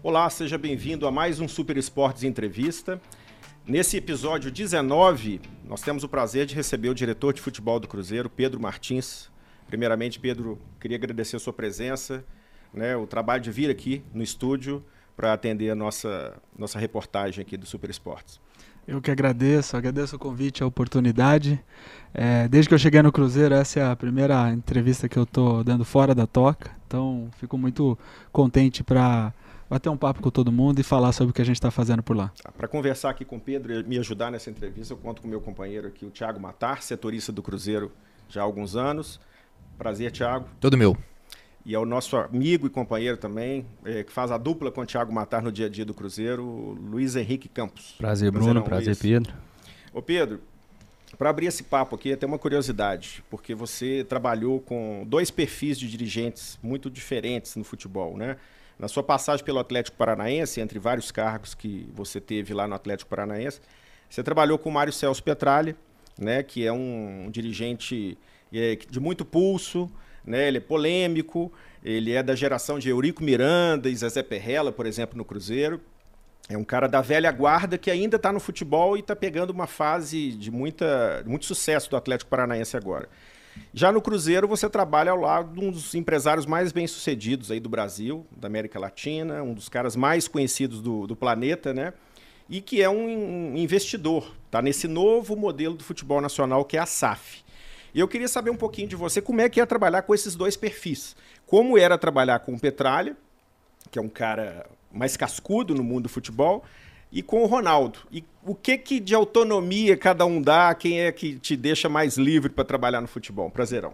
Olá, seja bem-vindo a mais um Super Esportes Entrevista. Nesse episódio 19, nós temos o prazer de receber o diretor de futebol do Cruzeiro, Pedro Martins. Primeiramente, Pedro, queria agradecer a sua presença, o trabalho de vir aqui no estúdio para atender a nossa reportagem aqui do Super Esportes. Eu que agradeço o convite, a oportunidade. Desde que eu cheguei no Cruzeiro, essa é a primeira entrevista que eu estou dando fora da toca, então fico muito contente para bater um papo com todo mundo e falar sobre o que a gente está fazendo por lá. Para conversar aqui com o Pedro e me ajudar nessa entrevista, eu conto com o meu companheiro aqui, o Thiago Matar, setorista do Cruzeiro já há alguns anos. Prazer, Thiago. Todo meu. E é o nosso amigo e companheiro também, que faz a dupla com o Thiago Matar no dia a dia do Cruzeiro, o Luiz Henrique Campos. Prazer, Bruno. Prazer, Luiz. Pedro. Ô, Pedro, para abrir esse papo aqui, tem uma curiosidade, porque você trabalhou com dois perfis de dirigentes muito diferentes no futebol, né? Na sua passagem pelo Atlético Paranaense, entre vários cargos que você teve lá no Atlético Paranaense, você trabalhou com o Mário Celso Petralha, né, que é um dirigente de muito pulso, né, ele é polêmico, ele é da geração de Eurico Miranda e Zezé Perrella, por exemplo, no Cruzeiro. É um cara da velha guarda que ainda está no futebol e está pegando uma fase de muito sucesso do Atlético Paranaense agora. Já no Cruzeiro você trabalha ao lado de um dos empresários mais bem-sucedidos aí do Brasil, da América Latina, um dos caras mais conhecidos do planeta, né? E que é um investidor, tá nesse novo modelo do futebol nacional que é a SAF. E eu queria saber um pouquinho de você, como é que é trabalhar com esses dois perfis. Como era trabalhar com o Petralha, que é um cara mais cascudo no mundo do futebol, e com o Ronaldo. E o que de autonomia cada um dá? Quem é que te deixa mais livre para trabalhar no futebol? Prazerão.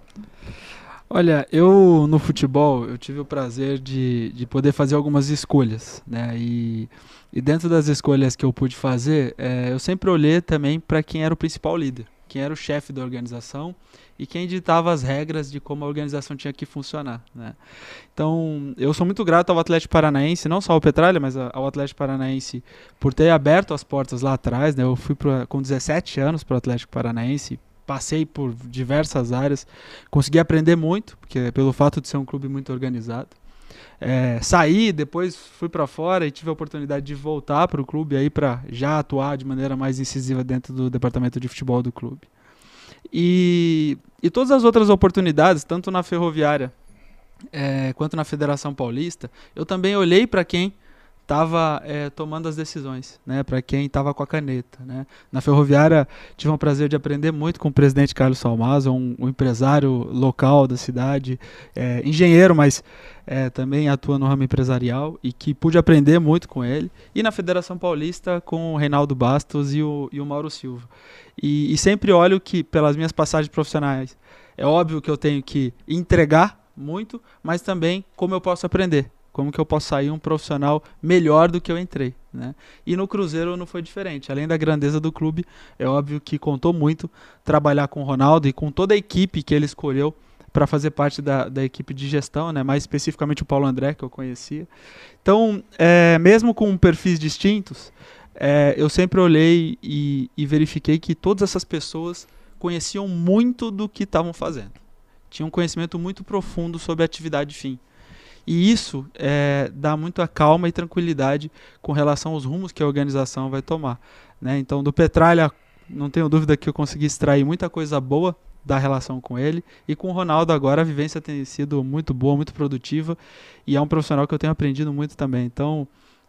Olha, eu no futebol eu tive o prazer de poder fazer algumas escolhas, né? E dentro das escolhas que eu pude fazer, eu sempre olhei também para quem era o principal líder, quem era o chefe da organização e quem ditava as regras de como a organização tinha que funcionar, né? Então, eu sou muito grato ao Atlético Paranaense, não só ao Petralha, mas ao Atlético Paranaense por ter aberto as portas lá atrás, né? Eu fui com 17 anos para o Atlético Paranaense, passei por diversas áreas, consegui aprender muito, porque pelo fato de ser um clube muito organizado. Saí, depois fui para fora e tive a oportunidade de voltar para o clube aí para já atuar de maneira mais incisiva dentro do departamento de futebol do clube. E todas as outras oportunidades, tanto na Ferroviária quanto na Federação Paulista, eu também olhei para quem estava tomando as decisões, né, para quem estava com a caneta, né. Na Ferroviária tive o prazer de aprender muito com o presidente Carlos Salmazo, um empresário local da cidade, engenheiro, mas também atua no ramo empresarial e que pude aprender muito com ele. E na Federação Paulista com o Reinaldo Bastos e o Mauro Silva. E sempre olho que pelas minhas passagens profissionais, é óbvio que eu tenho que entregar muito, mas também como eu posso aprender. Como que eu posso sair um profissional melhor do que eu entrei, né? E no Cruzeiro não foi diferente. Além da grandeza do clube, é óbvio que contou muito trabalhar com o Ronaldo e com toda a equipe que ele escolheu para fazer parte da equipe de gestão, né? Mais especificamente o Paulo André, que eu conhecia. Então, mesmo com perfis distintos, eu sempre olhei e verifiquei que todas essas pessoas conheciam muito do que estavam fazendo. Tinham um conhecimento muito profundo sobre a atividade fim. E isso dá muita calma e tranquilidade com relação aos rumos que a organização vai tomar, né? Então, do Petralha, não tenho dúvida que eu consegui extrair muita coisa boa da relação com ele. E com o Ronaldo agora a vivência tem sido muito boa, muito produtiva. E é um profissional que eu tenho aprendido muito também. Então,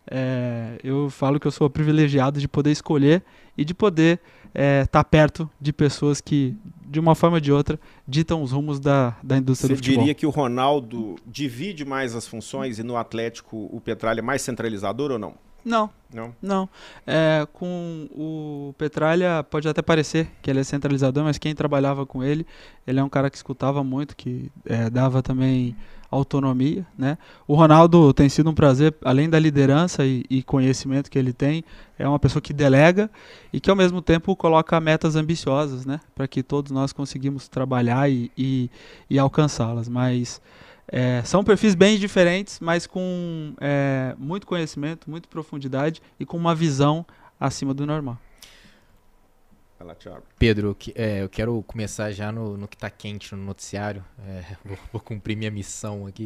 eu falo que eu sou privilegiado de poder escolher e de poder estar perto de pessoas que, de uma forma ou de outra, ditam os rumos da indústria do futebol. Você diria que o Ronaldo divide mais as funções e no Atlético o Petralha é mais centralizador ou não? Não. Com o Petralha pode até parecer que ele é centralizador, mas quem trabalhava com ele é um cara que escutava muito, que dava também autonomia, né? O Ronaldo tem sido um prazer, além da liderança e conhecimento que ele tem, é uma pessoa que delega e que ao mesmo tempo coloca metas ambiciosas, né? Para que todos nós conseguimos trabalhar e alcançá-las, mas são perfis bem diferentes, mas com muito conhecimento, muita profundidade e com uma visão acima do normal. Vai lá, Thiago. Pedro, eu quero começar já no que está quente no noticiário. Vou cumprir minha missão aqui.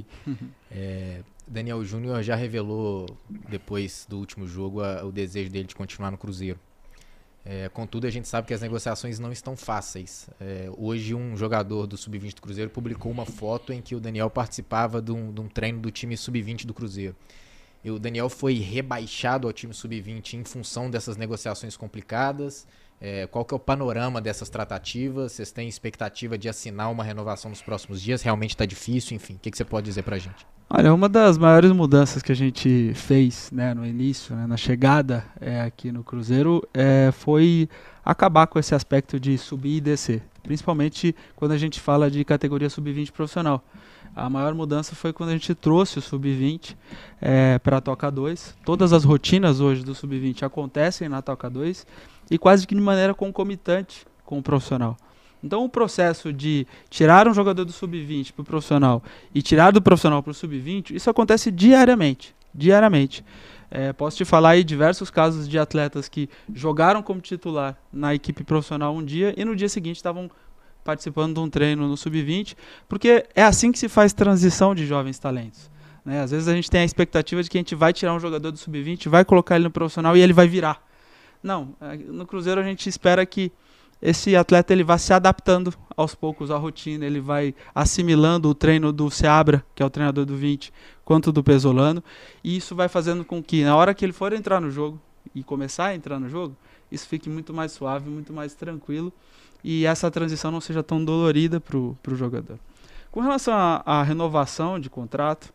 Daniel Júnior já revelou, depois do último jogo, o desejo dele de continuar no Cruzeiro. Contudo, a gente sabe que as negociações não estão fáceis. Hoje, um jogador do Sub-20 do Cruzeiro publicou uma foto em que o Daniel participava de um treino do time Sub-20 do Cruzeiro. E o Daniel foi rebaixado ao time Sub-20 em função dessas negociações complicadas. Qual que é o panorama dessas tratativas? Vocês têm expectativa de assinar uma renovação nos próximos dias? Realmente está difícil? Enfim, o que você pode dizer pra gente? Olha, uma das maiores mudanças que a gente fez, né, no início, né, na chegada aqui no Cruzeiro, foi acabar com esse aspecto de subir e descer, principalmente quando a gente fala de categoria sub-20 profissional. A maior mudança foi quando a gente trouxe o sub-20 para a Toca 2. Todas as rotinas hoje do sub-20 acontecem na Toca 2 e quase que de maneira concomitante com o profissional. Então o processo de tirar um jogador do sub-20 para o profissional e tirar do profissional para o sub-20, isso acontece diariamente. Posso te falar aí diversos casos de atletas que jogaram como titular na equipe profissional um dia e no dia seguinte estavam participando de um treino no sub-20, porque é assim que se faz transição de jovens talentos. Né? Às vezes a gente tem a expectativa de que a gente vai tirar um jogador do sub-20, vai colocar ele no profissional e ele vai virar. Não, no Cruzeiro a gente espera que esse atleta ele vai se adaptando aos poucos à rotina, ele vai assimilando o treino do Seabra, que é o treinador do 20, quanto do Pesolano, e isso vai fazendo com que na hora que ele for entrar no jogo e começar a entrar no jogo, isso fique muito mais suave, muito mais tranquilo e essa transição não seja tão dolorida para o jogador. Com relação à renovação de contrato,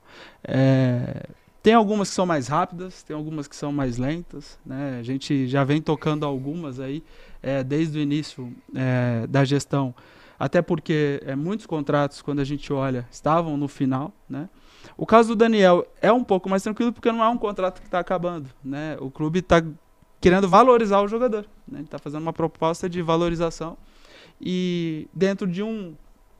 tem algumas que são mais rápidas, tem algumas que são mais lentas, né? A gente já vem tocando algumas aí desde o início da gestão, até porque muitos contratos, quando a gente olha, estavam no final, né? O caso do Daniel é um pouco mais tranquilo porque não é um contrato que está acabando, né? O clube está querendo valorizar o jogador, né? Ele está fazendo uma proposta de valorização e dentro de um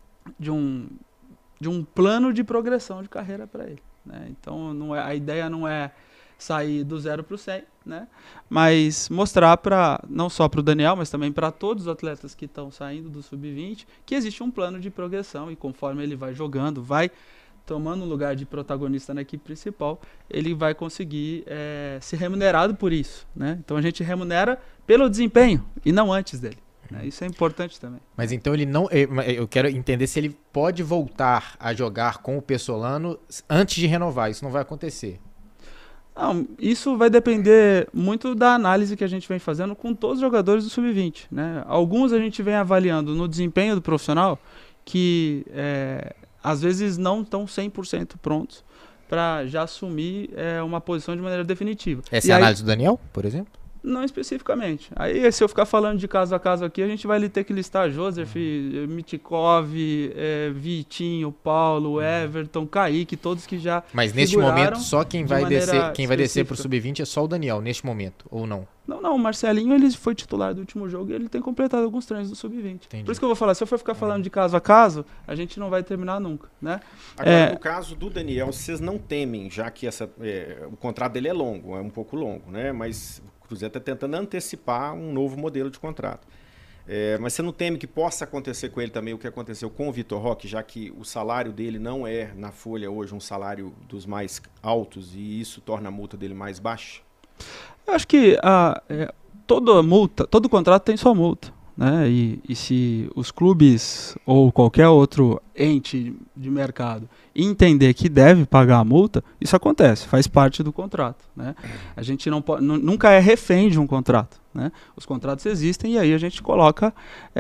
plano de progressão de carreira para ele. Né? Então a ideia não é sair do 0 para o 100, né? Mas mostrar não só para o Daniel, mas também para todos os atletas que estão saindo do sub-20 que existe um plano de progressão e conforme ele vai jogando, vai tomando um lugar de protagonista na equipe principal, ele vai conseguir ser remunerado por isso. Né? Então a gente remunera pelo desempenho e não antes dele. Isso é importante também. Mas então ele não. Eu quero entender se ele pode voltar a jogar com o Pesolano antes de renovar. Isso não vai acontecer. Não, isso vai depender muito da análise que a gente vem fazendo com todos os jogadores do Sub-20. Né? Alguns a gente vem avaliando no desempenho do profissional que às vezes não estão 100% prontos para já assumir uma posição de maneira definitiva. Essa é a análise do Daniel, por exemplo? Não especificamente. Aí, se eu ficar falando de caso a caso aqui, a gente vai ter que listar Joseph, Mitkov, Vitinho, Paulo, Everton, Kaique, todos que já Mas neste momento, só quem vai descer para o Sub-20 é só o Daniel, neste momento, ou não? Não, o Marcelinho ele foi titular do último jogo e ele tem completado alguns treinos do Sub-20. Por isso que eu vou falar, se eu for ficar falando de caso a caso, a gente não vai terminar nunca. Né? Agora, no caso do Daniel, vocês não temem, já que o contrato dele é longo, é um pouco longo, né? Mas o Cruzeiro está tentando antecipar um novo modelo de contrato. Mas você não teme que possa acontecer com ele também o que aconteceu com o Vitor Roque, já que o salário dele não é, na folha hoje, um salário dos mais altos e isso torna a multa dele mais baixa? Eu acho que todo contrato tem sua multa. Né? E se os clubes ou qualquer outro ente de mercado entender que deve pagar a multa, isso acontece, faz parte do contrato. Né? A gente nunca é refém de um contrato. Né? Os contratos existem e aí a gente coloca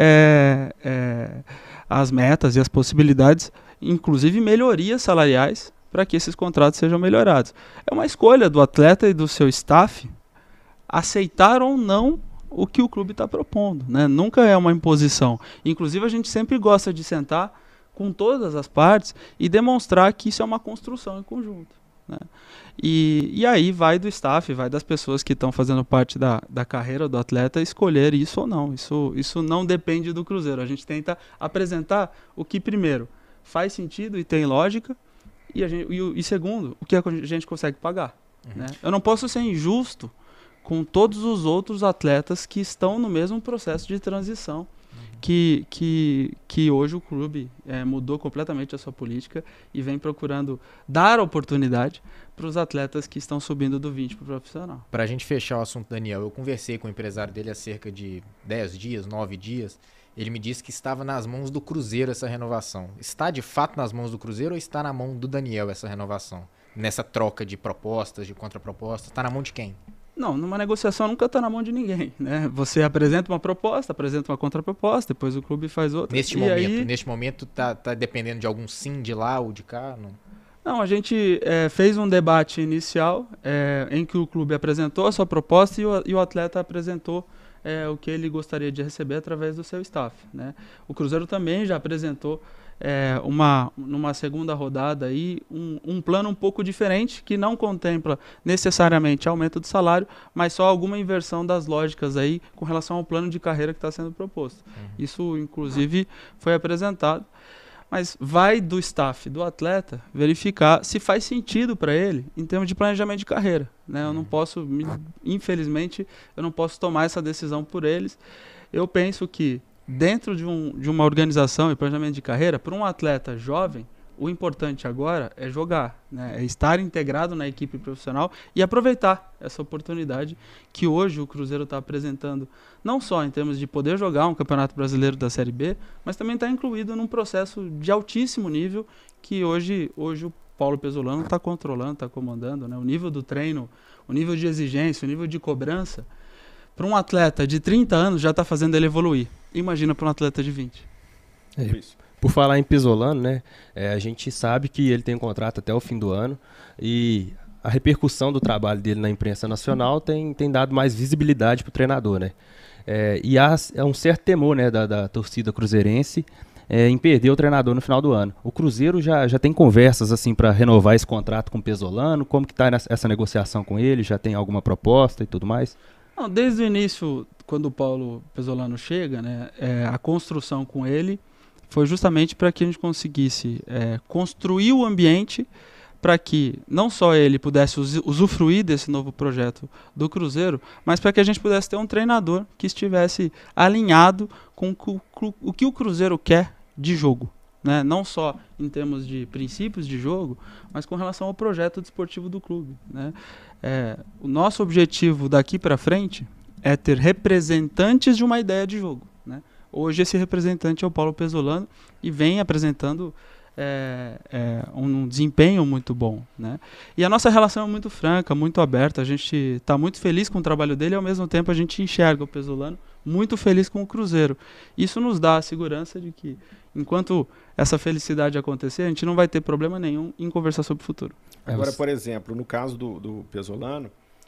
as metas e as possibilidades, inclusive melhorias salariais, para que esses contratos sejam melhorados. É uma escolha do atleta e do seu staff aceitar ou não o que o clube está propondo, né? Nunca é uma imposição. Inclusive, a gente sempre gosta de sentar com todas as partes e demonstrar que isso é uma construção em conjunto. Né? E aí vai do staff, vai das pessoas que estão fazendo parte da carreira do atleta escolher isso ou não. Isso não depende do Cruzeiro. A gente tenta apresentar o que, primeiro, faz sentido e tem lógica, e segundo, o que a gente consegue pagar. Né? Eu não posso ser injusto com todos os outros atletas que estão no mesmo processo de transição, que hoje o clube mudou completamente a sua política e vem procurando dar oportunidade para os atletas que estão subindo do 20 para o profissional. Para a gente fechar o assunto, Daniel, eu conversei com o empresário dele há cerca de 10 dias, 9 dias. Ele me disse que estava nas mãos do Cruzeiro essa renovação. Está de fato nas mãos do Cruzeiro ou está na mão do Daniel essa renovação? Nessa troca de propostas, de contrapropostas, está na mão de quem? Não, numa negociação nunca está na mão de ninguém, né? Você apresenta uma proposta, apresenta uma contraproposta, depois o clube faz outra. Neste momento tá dependendo de algum sim de lá ou de cá? Não, a gente fez um debate inicial em que o clube apresentou a sua proposta e o atleta apresentou o que ele gostaria de receber através do seu staff, né? O Cruzeiro também já apresentou numa segunda rodada aí, um plano um pouco diferente, que não contempla necessariamente aumento do salário, mas só alguma inversão das lógicas aí com relação ao plano de carreira que está sendo proposto. Isso, inclusive, foi apresentado. Mas vai do staff do atleta verificar se faz sentido para ele em termos de planejamento de carreira, né? Eu não posso, infelizmente, eu não posso tomar essa decisão por eles. Eu penso que dentro de uma organização e planejamento de carreira, para um atleta jovem, o importante agora é jogar, né? É estar integrado na equipe profissional e aproveitar essa oportunidade que hoje o Cruzeiro está apresentando, não só em termos de poder jogar um Campeonato Brasileiro da Série B, mas também está incluído num processo de altíssimo nível que hoje o Paulo Pesolano está controlando, está comandando, né? O nível do treino, o nível de exigência, o nível de cobrança, para um atleta de 30 anos já está fazendo ele evoluir. Imagina para um atleta de 20. Por falar em Pesolano, né, a gente sabe que ele tem um contrato até o fim do ano e a repercussão do trabalho dele na imprensa nacional tem dado mais visibilidade para o treinador, né? E há um certo temor, né, da torcida cruzeirense em perder o treinador no final do ano. O Cruzeiro já tem conversas assim para renovar esse contrato com o Pesolano? Como que está essa negociação com ele? Já tem alguma proposta e tudo mais? Não, desde o início, quando o Paulo Pesolano chega, né, a construção com ele foi justamente para que a gente conseguisse construir o ambiente para que não só ele pudesse usufruir desse novo projeto do Cruzeiro, mas para que a gente pudesse ter um treinador que estivesse alinhado com o que o Cruzeiro quer de jogo, né? Não só em termos de princípios de jogo, mas com relação ao projeto desportivo do clube, né? O nosso objetivo daqui para frente é ter representantes de uma ideia de jogo, né? Hoje esse representante é o Paulo Pesolano e vem apresentando um desempenho muito bom, né? E a nossa relação é muito franca, muito aberta. A gente está muito feliz com o trabalho dele e ao mesmo tempo a gente enxerga o Pesolano muito feliz com o Cruzeiro. Isso nos dá a segurança de que enquanto essa felicidade acontecer, a gente não vai ter problema nenhum em conversar sobre o futuro. Agora, por exemplo, no caso do Pesolano,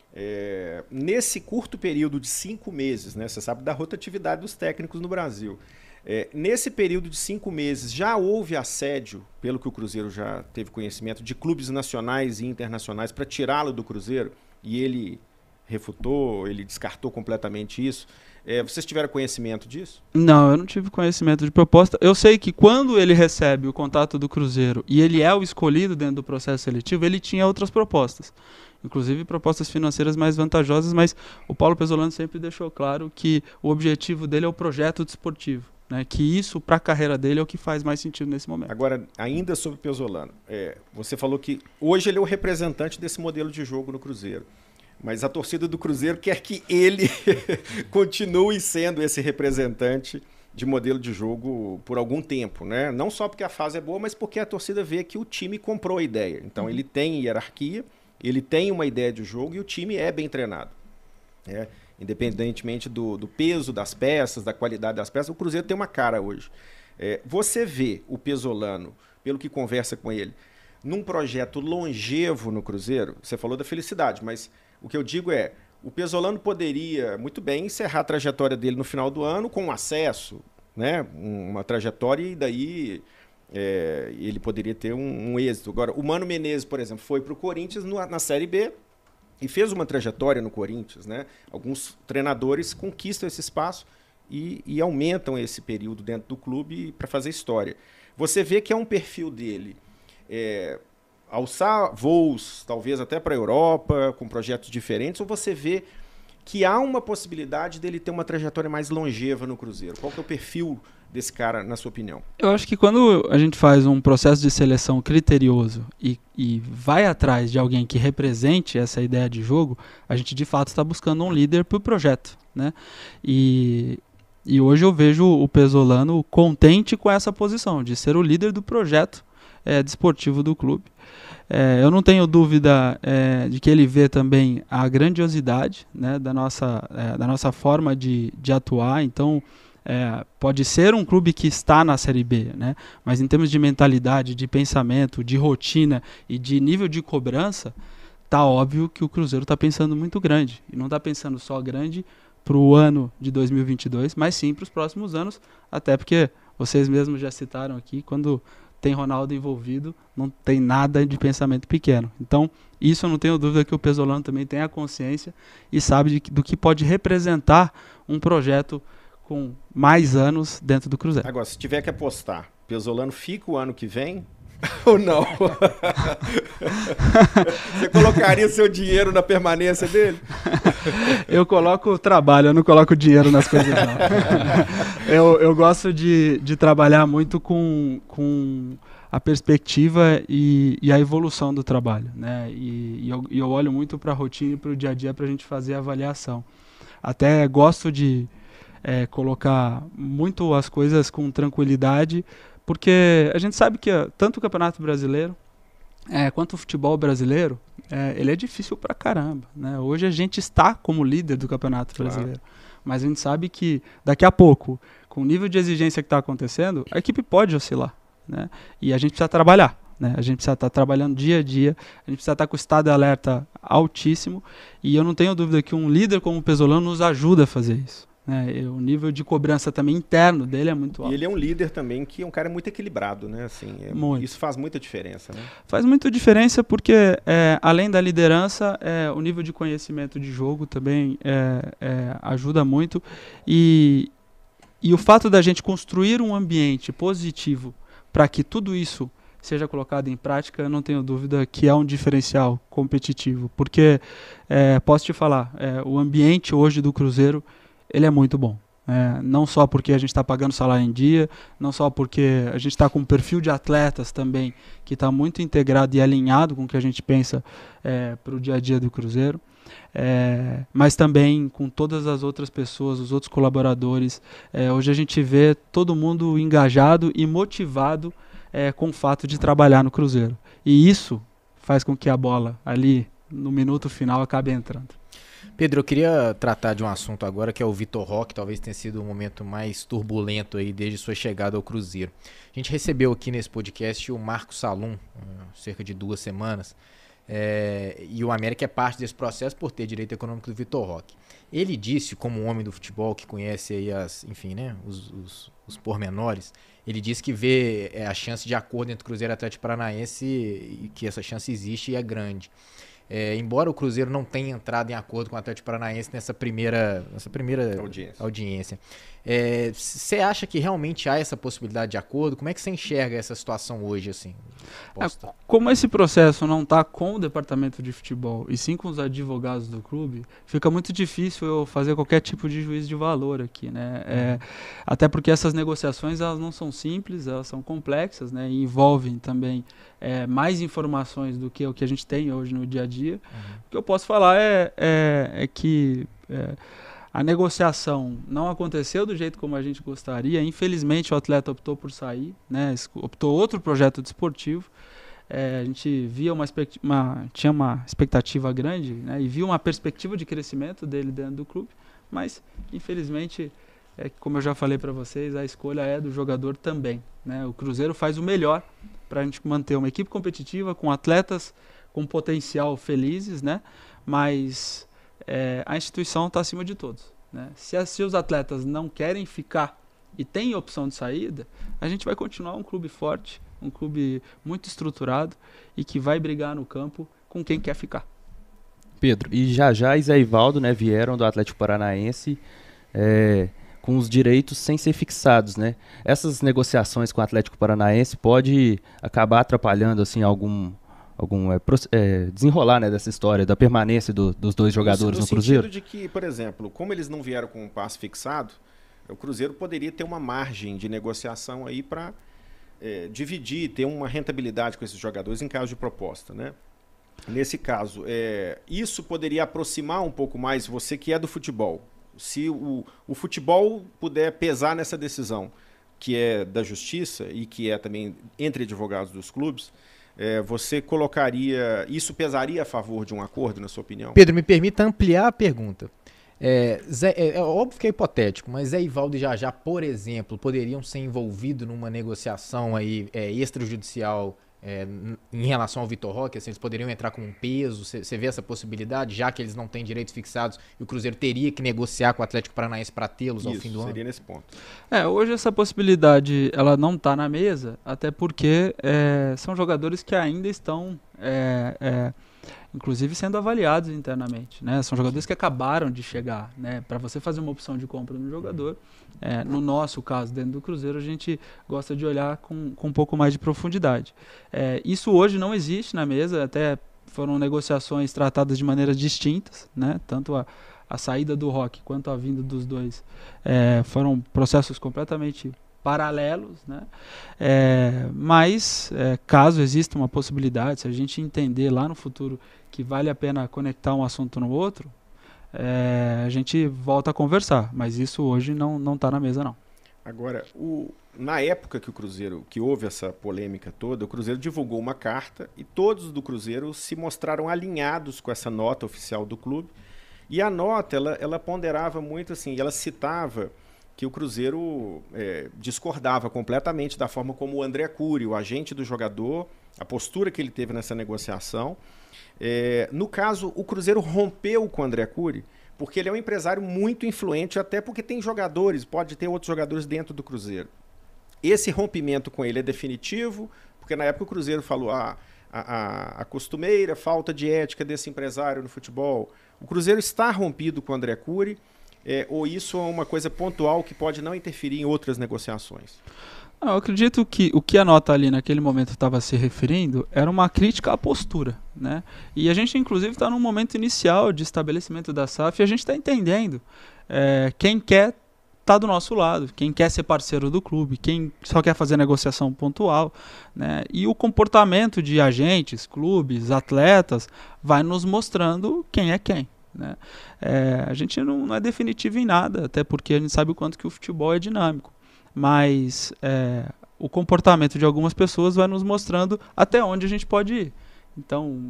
nesse curto período de 5 meses, né, você sabe da rotatividade dos técnicos no Brasil, nesse período de 5 meses já houve assédio, pelo que o Cruzeiro já teve conhecimento, de clubes nacionais e internacionais para tirá-lo do Cruzeiro, e ele refutou, ele descartou completamente isso. Vocês tiveram conhecimento disso? Não, eu não tive conhecimento de proposta. Eu sei que quando ele recebe o contato do Cruzeiro e ele é o escolhido dentro do processo seletivo, ele tinha outras propostas, inclusive propostas financeiras mais vantajosas, mas o Paulo Pesolano sempre deixou claro que o objetivo dele é o projeto desportivo, né? Que isso, para a carreira dele, é o que faz mais sentido nesse momento. Agora, ainda sobre o Pesolano, você falou que hoje ele é o representante desse modelo de jogo no Cruzeiro. Mas a torcida do Cruzeiro quer que ele continue sendo esse representante de modelo de jogo por algum tempo, né? Não só porque a fase é boa, mas porque a torcida vê que o time comprou a ideia. Então ele tem hierarquia, ele tem uma ideia de jogo e o time é bem treinado. Independentemente do peso das peças, da qualidade das peças, o Cruzeiro tem uma cara hoje. Você vê o Pesolano, pelo que conversa com ele, num projeto longevo no Cruzeiro. Você falou da felicidade, mas o que eu digo o Pesolano poderia muito bem encerrar a trajetória dele no final do ano com um acesso, né? Uma trajetória e daí ele poderia ter um êxito. Agora, o Mano Menezes, por exemplo, foi para o Corinthians na Série B e fez uma trajetória no Corinthians, né? Alguns treinadores conquistam esse espaço e aumentam esse período dentro do clube para fazer história. Você vê que é um perfil dele alçar voos, talvez até para a Europa, com projetos diferentes, ou você vê que há uma possibilidade dele ter uma trajetória mais longeva no Cruzeiro? Qual que é o perfil desse cara, na sua opinião? Eu acho que quando a gente faz um processo de seleção criterioso e vai atrás de alguém que represente essa ideia de jogo, a gente de fato está buscando um líder para o projeto, né? E hoje eu vejo o Pesolano contente com essa posição, de ser o líder do projeto desportivo do clube. Eu não tenho dúvida de que ele vê também a grandiosidade, né, da nossa forma de atuar. Então, pode ser um clube que está na Série B, né, mas em termos de mentalidade, de pensamento, de rotina e de nível de cobrança, tá óbvio que o Cruzeiro está pensando muito grande. E não está pensando só grande para o ano de 2022, mas sim para os próximos anos, até porque vocês mesmos já citaram aqui, quando tem Ronaldo envolvido, não tem nada de pensamento pequeno. Então, isso eu não tenho dúvida que o Pesolano também tem a consciência e sabe do que pode representar um projeto com mais anos dentro do Cruzeiro. Agora, se tiver que apostar, Pesolano fica o ano que vem ou não? Você colocaria seu dinheiro na permanência dele? Eu coloco o trabalho, eu não coloco dinheiro nas coisas, não. Eu gosto de trabalhar muito com a perspectiva e a evolução do trabalho, né? E eu olho muito para a rotina e para o dia a dia para a gente fazer a avaliação. Até gosto de colocar muito as coisas com tranquilidade, porque a gente sabe que tanto o Campeonato Brasileiro quanto o futebol brasileiro, ele é difícil pra caramba, né? Hoje a gente está como líder do Campeonato Brasileiro, mas a gente sabe que daqui a pouco, com o nível de exigência que está acontecendo, a equipe pode oscilar, né? E a gente precisa trabalhar, né? A gente precisa estar trabalhando dia a dia, a gente precisa estar com o estado de alerta altíssimo, e eu não tenho dúvida que um líder como o Pesolano nos ajuda a fazer isso. O nível de cobrança também interno dele é muito alto. E ele é um líder também que é um cara muito equilibrado, né? Assim, isso faz muita diferença, né? Faz muita diferença porque, além da liderança, o nível de conhecimento de jogo também ajuda muito. E o fato da gente construir um ambiente positivo para que tudo isso seja colocado em prática, eu não tenho dúvida que é um diferencial competitivo. Porque, posso te falar, o ambiente hoje do Cruzeiro, ele é muito bom. Não só porque a gente está pagando salário em dia, não só porque a gente está com um perfil de atletas também que está muito integrado e alinhado com o que a gente pensa para o dia a dia do Cruzeiro, mas também com todas as outras pessoas, os outros colaboradores. Hoje a gente vê todo mundo engajado e motivado com o fato de trabalhar no Cruzeiro. E isso faz com que a bola ali no minuto final acabe entrando. Pedro, eu queria tratar de um assunto agora que é o Vitor Roque, talvez tenha sido o momento mais turbulento aí desde sua chegada ao Cruzeiro. A gente recebeu aqui nesse podcast o Marco Salum, cerca de 2 semanas, e o América é parte desse processo por ter direito econômico do Vitor Roque. Ele disse, como um homem do futebol que conhece aí os pormenores, ele disse que vê a chance de acordo entre Cruzeiro e Atlético Paranaense e que essa chance existe e é grande. Embora o Cruzeiro não tenha entrado em acordo com o Atlético Paranaense nessa primeira audiência, você acha que realmente há essa possibilidade de acordo? Como é que você enxerga essa situação hoje, assim? Como esse processo não está com o departamento de futebol e sim com os advogados do clube, fica muito difícil eu fazer qualquer tipo de juízo de valor aqui, né? Até porque essas negociações elas não são simples, elas são complexas, né? E envolvem também mais informações do que o que a gente tem hoje no dia a dia. O que eu posso falar é que a negociação não aconteceu do jeito como a gente gostaria. Infelizmente o atleta optou por sair, né? Optou outro projeto desportivo. A gente via tinha uma expectativa grande, né? E via uma perspectiva de crescimento dele dentro do clube, mas infelizmente, como eu já falei para vocês, a escolha é do jogador também, né? O Cruzeiro faz o melhor para a gente manter uma equipe competitiva com atletas com potencial felizes, né? Mas a instituição está acima de todos, né? Se os atletas não querem ficar e têm opção de saída, a gente vai continuar um clube forte, um clube muito estruturado e que vai brigar no campo com quem quer ficar. Pedro, e já e Zé Ivaldo, né, vieram do Atlético Paranaense com os direitos sem ser fixados, né? Essas negociações com o Atlético Paranaense pode acabar atrapalhando assim algum desenrolar, né, dessa história da permanência dos dois jogadores no Cruzeiro? No sentido de que, por exemplo, como eles não vieram com um passe fixado, o Cruzeiro poderia ter uma margem de negociação aí para dividir, ter uma rentabilidade com esses jogadores em caso de proposta, né? Nesse caso, isso poderia aproximar um pouco mais você que é do futebol. Se o futebol puder pesar nessa decisão, que é da justiça e que é também entre advogados dos clubes, você colocaria... Isso pesaria a favor de um acordo, na sua opinião? Pedro, me permita ampliar a pergunta. É óbvio que é hipotético, mas Zé Ivaldo e Jajá, por exemplo, poderiam ser envolvidos numa negociação aí, extrajudicial em relação ao Vitor Roque? Assim, eles poderiam entrar com um peso? Você vê essa possibilidade, já que eles não têm direitos fixados e o Cruzeiro teria que negociar com o Atlético Paranaense para tê-los ao fim do ano? Seria nesse ponto. Hoje essa possibilidade ela não está na mesa, até porque são jogadores que ainda estão... inclusive sendo avaliados internamente, né? São jogadores que acabaram de chegar, né? Para você fazer uma opção de compra no jogador, no nosso caso, dentro do Cruzeiro, a gente gosta de olhar com um pouco mais de profundidade. Isso hoje não existe na mesa, até foram negociações tratadas de maneiras distintas, né? Tanto a saída do Roque quanto a vinda dos dois foram processos completamente paralelos, né? Mas caso exista uma possibilidade, se a gente entender lá no futuro que vale a pena conectar um assunto no outro, a gente volta a conversar, mas isso hoje não está na mesa, não. Agora, na época que houve essa polêmica toda, o Cruzeiro divulgou uma carta e todos do Cruzeiro se mostraram alinhados com essa nota oficial do clube, e a nota ela ponderava muito assim, ela citava que o Cruzeiro discordava completamente da forma como o André Cury, o agente do jogador, a postura que ele teve nessa negociação. No caso, o Cruzeiro rompeu com o André Cury, porque ele é um empresário muito influente, até porque tem jogadores, pode ter outros jogadores dentro do Cruzeiro. Esse rompimento com ele é definitivo, porque na época o Cruzeiro falou a costumeira falta de ética desse empresário no futebol. O Cruzeiro está rompido com o André Cury, ou isso é uma coisa pontual que pode não interferir em outras negociações? Eu acredito que o que a nota ali naquele momento estava se referindo era uma crítica à postura, né? E a gente inclusive está num momento inicial de estabelecimento da SAF e a gente está entendendo quem quer estar do nosso lado, quem quer ser parceiro do clube, quem só quer fazer negociação pontual, né? E o comportamento de agentes, clubes, atletas vai nos mostrando quem é quem, né? A gente não é definitivo em nada, até porque a gente sabe o quanto que o futebol é dinâmico, mas o comportamento de algumas pessoas vai nos mostrando até onde a gente pode ir. Então,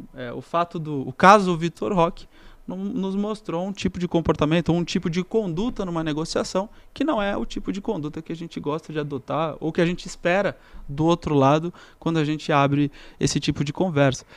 o caso do Vitor Roque nos mostrou um tipo de comportamento, um tipo de conduta numa negociação que não é o tipo de conduta que a gente gosta de adotar ou que a gente espera do outro lado quando a gente abre esse tipo de conversa.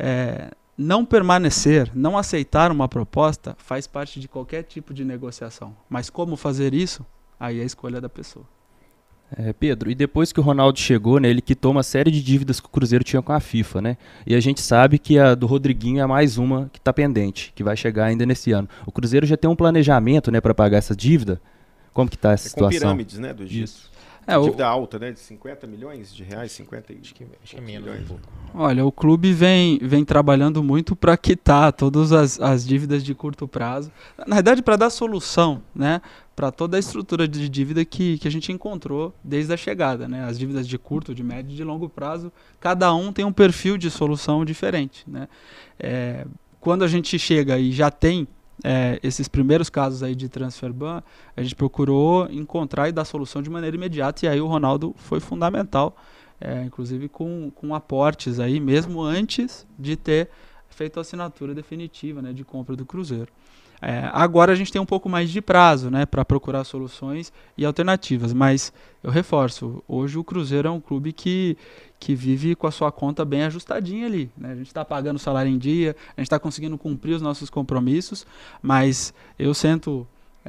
Não permanecer, não aceitar uma proposta faz parte de qualquer tipo de negociação. Mas como fazer isso? Aí é a escolha da pessoa. Pedro, e depois que o Ronaldo chegou, né, ele quitou uma série de dívidas que o Cruzeiro tinha com a FIFA, né? E a gente sabe que a do Rodriguinho é mais uma que está pendente, que vai chegar ainda nesse ano. O Cruzeiro já tem um planejamento, né, para pagar essa dívida? Como que está essa situação? Com pirâmides, né, do Egito. Dívida alta, né, de 50 milhões de reais, 50 acho que é menos um pouco. Olha, o clube vem trabalhando muito para quitar todas as dívidas de curto prazo. Na verdade, para dar solução, né, para toda a estrutura de dívida que a gente encontrou desde a chegada, né? As dívidas de curto, de médio e de longo prazo, cada um tem um perfil de solução diferente, né? Quando a gente chega e já tem esses primeiros casos aí de transfer ban, a gente procurou encontrar e dar solução de maneira imediata, e aí o Ronaldo foi fundamental, inclusive com aportes aí, mesmo antes de ter feito a assinatura definitiva, né, de compra do Cruzeiro. Agora a gente tem um pouco mais de prazo, né, para procurar soluções e alternativas, mas eu reforço, hoje o Cruzeiro é um clube que vive com a sua conta bem ajustadinha ali, né? A gente está pagando o salário em dia, a gente está conseguindo cumprir os nossos compromissos, mas eu sento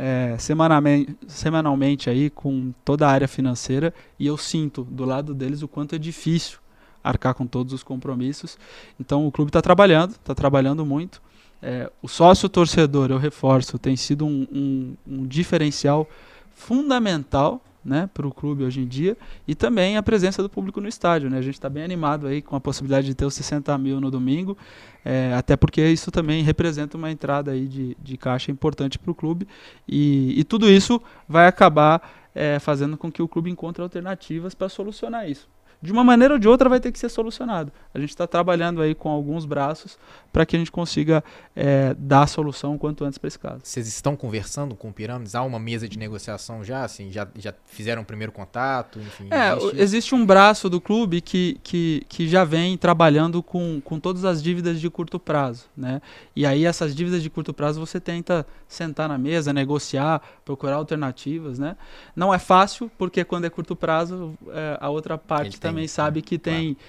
semanalmente aí com toda a área financeira e eu sinto do lado deles o quanto é difícil arcar com todos os compromissos. Então o clube está trabalhando muito. O sócio torcedor, eu reforço, tem sido um diferencial fundamental né, para o clube hoje em dia, e também a presença do público no estádio, né? A gente está bem animado aí com a possibilidade de ter os 60 mil no domingo, até porque isso também representa uma entrada aí de caixa importante para o clube, e tudo isso vai acabar fazendo com que o clube encontre alternativas para solucionar isso. De uma maneira ou de outra vai ter que ser solucionado. A gente está trabalhando aí com alguns braços para que a gente consiga dar a solução o quanto antes para esse caso. Vocês estão conversando com o Pirâmides? Há uma mesa de negociação já? Assim, já fizeram o primeiro contato? Enfim, existe um braço do clube que já vem trabalhando com todas as dívidas de curto prazo, né? E aí essas dívidas de curto prazo você tenta sentar na mesa, negociar, procurar alternativas, né? Não é fácil, porque quando é curto prazo, a outra parte também sabe que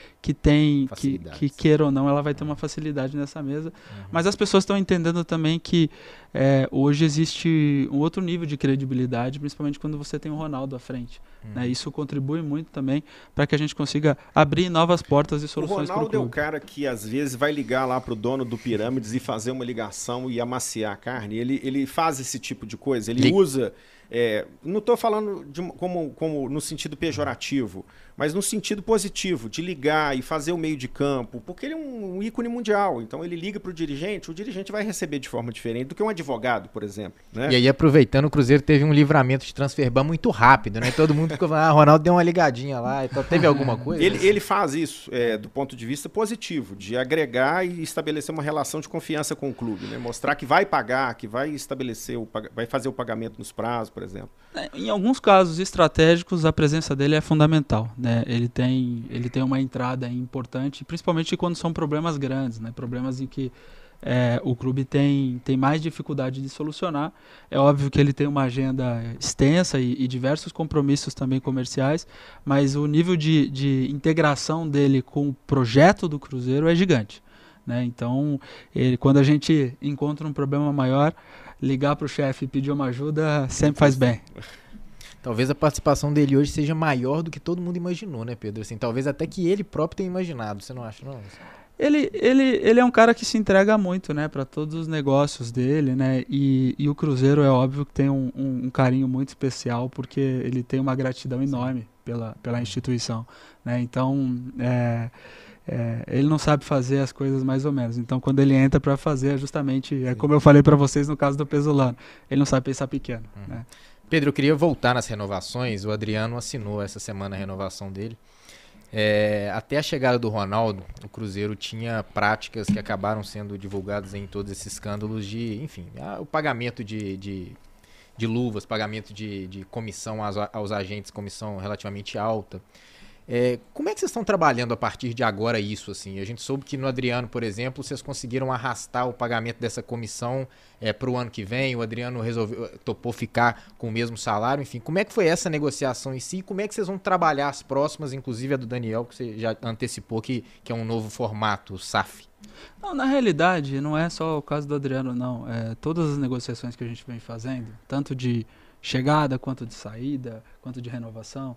queira ou não, ela vai ter uma facilidade nessa mesa. Mas as pessoas estão entendendo também que hoje existe um outro nível de credibilidade, principalmente quando você tem o Ronaldo à frente. Né? Isso contribui muito também para que a gente consiga abrir novas portas e soluções para o clube. O Ronaldo é o cara que às vezes vai ligar lá para o dono do Pirâmides e fazer uma ligação e amaciar a carne. Ele faz esse tipo de coisa, ele usa... não estou falando como no sentido pejorativo, mas no sentido positivo, de ligar e fazer o meio de campo, porque ele é um ícone mundial, então ele liga para o dirigente vai receber de forma diferente do que um advogado, por exemplo. Né? E aí, aproveitando, o Cruzeiro teve um livramento de transfer ban muito rápido, né? Todo mundo ficou falando, Ronaldo deu uma ligadinha lá, então teve alguma coisa? Ele faz isso do ponto de vista positivo, de agregar e estabelecer uma relação de confiança com o clube, né? Mostrar que vai pagar, que vai estabelecer, vai fazer o pagamento nos prazos, por exemplo. Em alguns casos estratégicos, a presença dele é fundamental, né? Ele tem uma entrada importante, principalmente quando são problemas grandes, né? Problemas em que o clube tem mais dificuldade de solucionar. É óbvio que ele tem uma agenda extensa e diversos compromissos também comerciais, mas o nível de integração dele com o projeto do Cruzeiro é gigante. Né? Então, quando a gente encontra um problema maior, ligar para o chefe e pedir uma ajuda sempre faz bem. Talvez a participação dele hoje seja maior do que todo mundo imaginou, né, Pedro? Assim, talvez até que ele próprio tenha imaginado, você não acha, não? Ele é um cara que se entrega muito, né, para todos os negócios dele, né, e o Cruzeiro é óbvio que tem um carinho muito especial, porque ele tem uma gratidão enorme pela instituição, né, então ele não sabe fazer as coisas mais ou menos, então quando ele entra para fazer justamente, como eu falei para vocês no caso do Pesolano, ele não sabe pensar pequeno, né. Pedro, eu queria voltar nas renovações. O Adriano assinou essa semana a renovação dele. Até a chegada do Ronaldo, o Cruzeiro tinha práticas que acabaram sendo divulgadas em todos esses escândalos de, enfim, o pagamento de luvas, pagamento de comissão aos agentes, comissão relativamente alta. Como é que vocês estão trabalhando a partir de agora isso? Assim? A gente soube que no Adriano, por exemplo, vocês conseguiram arrastar o pagamento dessa comissão para o ano que vem. O Adriano topou ficar com o mesmo salário. Enfim, como é que foi essa negociação em si? E como é que vocês vão trabalhar as próximas, inclusive a do Daniel, que você já antecipou que é um novo formato, o SAF? Não, na realidade, não é só o caso do Adriano, não. Todas as negociações que a gente vem fazendo, tanto de chegada, quanto de saída, quanto de renovação,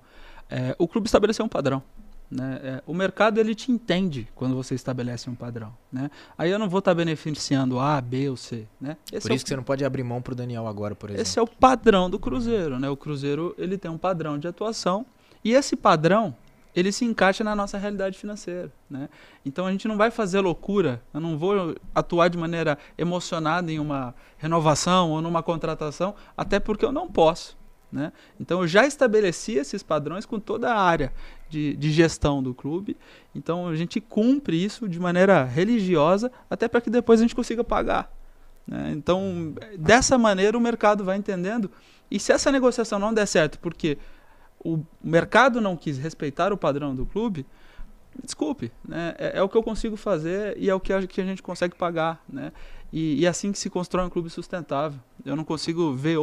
o clube estabeleceu um padrão. Né? O mercado ele te entende quando você estabelece um padrão. Né? Aí eu não vou estar beneficiando A, B ou C. Né? Por isso que você não pode abrir mão para o Daniel agora, por exemplo. Esse é o padrão do Cruzeiro. Né? O Cruzeiro ele tem um padrão de atuação e esse padrão ele se encaixa na nossa realidade financeira. Né? Então a gente não vai fazer loucura, eu não vou atuar de maneira emocionada em uma renovação ou numa contratação, até porque eu não posso. Né? Então eu já estabeleci esses padrões com toda a área de gestão do clube, então a gente cumpre isso de maneira religiosa, até para que depois a gente consiga pagar. Né? Então dessa maneira o mercado vai entendendo, e se essa negociação não der certo porque o mercado não quis respeitar o padrão do clube, desculpe, né? É o que eu consigo fazer e é o que a gente consegue pagar, né? E é assim que se constrói um clube sustentável. Eu não consigo ver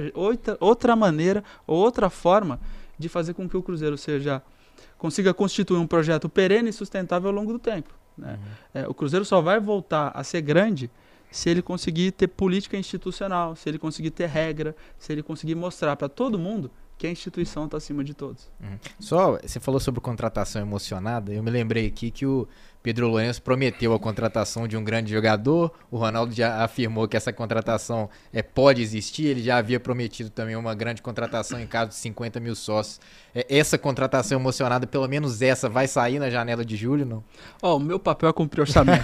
outra maneira ou outra forma de fazer com que o Cruzeiro consiga constituir um projeto perene e sustentável ao longo do tempo. Né? O Cruzeiro só vai voltar a ser grande se ele conseguir ter política institucional, se ele conseguir ter regra, se ele conseguir mostrar para todo mundo que a instituição está acima de todos. Só, você falou sobre contratação emocionada, eu me lembrei aqui que o Pedro Lourenço prometeu a contratação de um grande jogador, o Ronaldo já afirmou que essa contratação pode existir, ele já havia prometido também uma grande contratação em caso de 50 mil sócios. Essa contratação emocionada, pelo menos essa, vai sair na janela de julho, não? O meu papel é cumprir orçamento.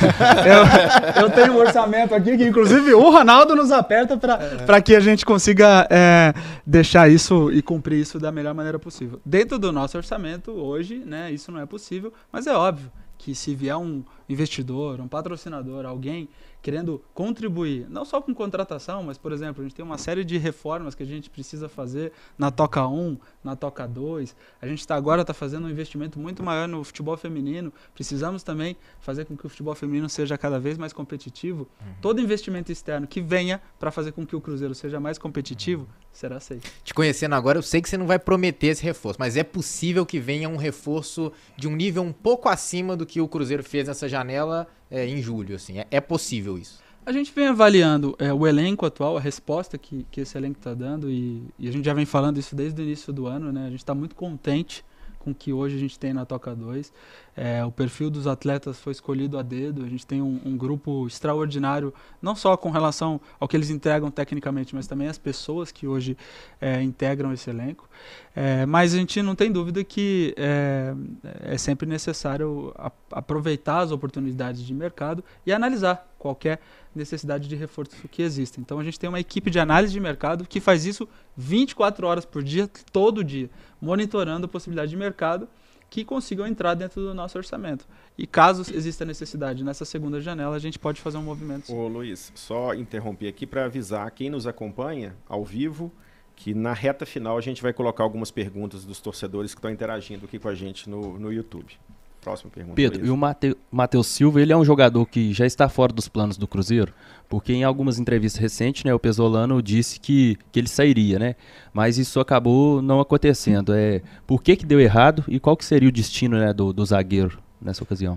eu tenho um orçamento aqui que, inclusive, o Ronaldo nos aperta para que a gente consiga deixar isso e cumprir isso da melhor maneira possível. Dentro do nosso orçamento, hoje, né, isso não é possível, mas é óbvio que se vier um investidor, um patrocinador, alguém querendo contribuir, não só com contratação, mas, por exemplo, a gente tem uma série de reformas que a gente precisa fazer na Toca 1, na Toca 2, a gente agora está fazendo um investimento muito maior no futebol feminino, precisamos também fazer com que o futebol feminino seja cada vez mais competitivo. Todo investimento externo que venha para fazer com que o Cruzeiro seja mais competitivo, será aceito. Te conhecendo agora, eu sei que você não vai prometer esse reforço, mas é possível que venha um reforço de um nível um pouco acima do que o Cruzeiro fez nessa janela em julho, assim. É possível isso? A gente vem avaliando o elenco atual, a resposta que esse elenco está dando, e a gente já vem falando isso desde o início do ano, né? A gente está muito contente com o que hoje a gente tem na Toca 2. O perfil dos atletas foi escolhido a dedo, a gente tem um grupo extraordinário, não só com relação ao que eles entregam tecnicamente, mas também as pessoas que hoje integram esse elenco. Mas a gente não tem dúvida que é sempre necessário aproveitar as oportunidades de mercado e analisar qualquer necessidade de reforço que exista. Então a gente tem uma equipe de análise de mercado que faz isso 24 horas por dia, todo dia, monitorando a possibilidade de mercado que consigam entrar dentro do nosso orçamento. E caso exista necessidade nessa segunda janela, a gente pode fazer um movimento. Ô Luiz, só interromper aqui para avisar quem nos acompanha ao vivo que na reta final a gente vai colocar algumas perguntas dos torcedores que estão interagindo aqui com a gente no YouTube. Próxima pergunta. Pedro, Luiz. e o Matheus Silva, ele é um jogador que já está fora dos planos do Cruzeiro? Porque em algumas entrevistas recentes, né, o Pesolano disse que ele sairia, né? Mas isso acabou não acontecendo. Por que deu errado e qual que seria o destino, né, do zagueiro nessa ocasião?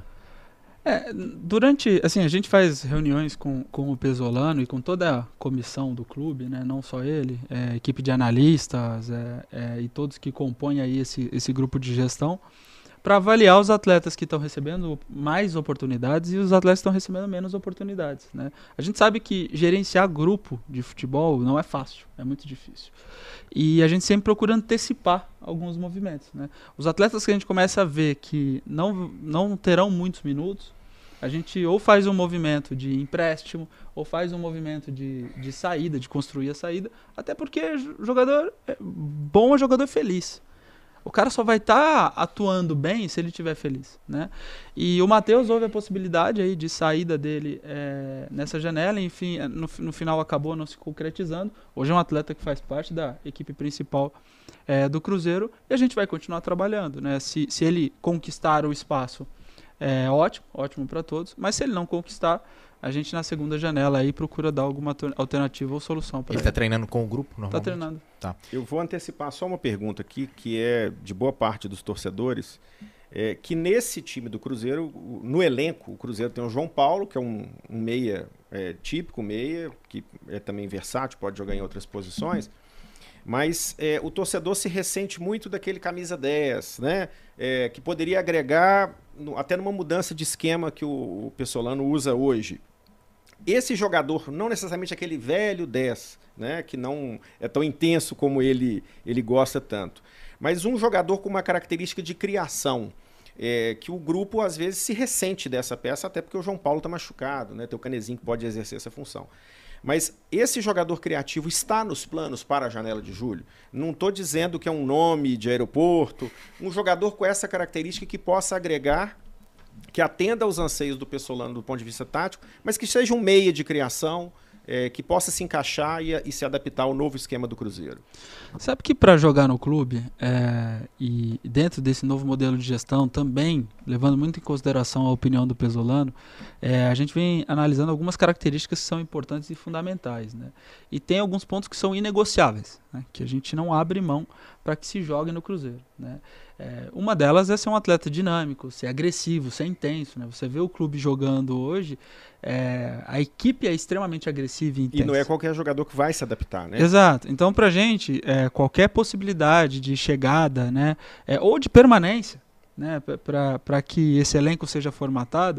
Assim, a gente faz reuniões com o Pesolano e com toda a comissão do clube, né, não só ele, equipe de analistas e todos que compõem aí esse grupo de gestão, para avaliar os atletas que estão recebendo mais oportunidades e os atletas que estão recebendo menos oportunidades, né? A gente sabe que gerenciar grupo de futebol não é fácil, é muito difícil. E a gente sempre procura antecipar alguns movimentos, né? Os atletas que a gente começa a ver que não terão muitos minutos, a gente ou faz um movimento de empréstimo, ou faz um movimento de saída, de construir a saída, até porque jogador bom é jogador feliz. O cara só vai estar atuando bem se ele estiver feliz, né? E o Matheus houve a possibilidade aí de saída dele nessa janela, enfim, no final acabou não se concretizando. Hoje é um atleta que faz parte da equipe principal do Cruzeiro e a gente vai continuar trabalhando, né? Se ele conquistar o espaço, ótimo para todos, mas se ele não conquistar, a gente na segunda janela aí procura dar alguma alternativa ou solução para ele. Ele está treinando com o grupo normalmente? Está treinando. Tá. Eu vou antecipar só uma pergunta aqui, que é de boa parte dos torcedores, que nesse time do Cruzeiro, no elenco, o Cruzeiro tem o João Paulo, que é um meia típico, meia, que é também versátil, pode jogar em outras posições, mas o torcedor se ressente muito daquele camisa 10, né? Que poderia agregar até numa mudança de esquema que o Pesolano usa hoje. Esse jogador, não necessariamente aquele velho 10, né, que não é tão intenso como ele gosta tanto, mas um jogador com uma característica de criação, que o grupo às vezes se ressente dessa peça, até porque o João Paulo está machucado, né, tem o Canezinho que pode exercer essa função. Mas esse jogador criativo está nos planos para a janela de julho? Não estou dizendo que é um nome de aeroporto, um jogador com essa característica que possa agregar, que atenda aos anseios do Pesolano do ponto de vista tático, mas que seja um meia de criação, que possa se encaixar e se adaptar ao novo esquema do Cruzeiro. Sabe que para jogar no clube, e dentro desse novo modelo de gestão, também, levando muito em consideração a opinião do Pesolano, a gente vem analisando algumas características que são importantes e fundamentais, né? E tem alguns pontos que são inegociáveis, né? Que a gente não abre mão para que se jogue no Cruzeiro, né? Uma delas é ser um atleta dinâmico, ser agressivo, ser intenso, né? Você vê o clube jogando hoje, a equipe é extremamente agressiva e intensa. E não é qualquer jogador que vai se adaptar, né? Exato. Então, pra gente, qualquer possibilidade de chegada, né, ou de permanência, né, para que esse elenco seja formatado,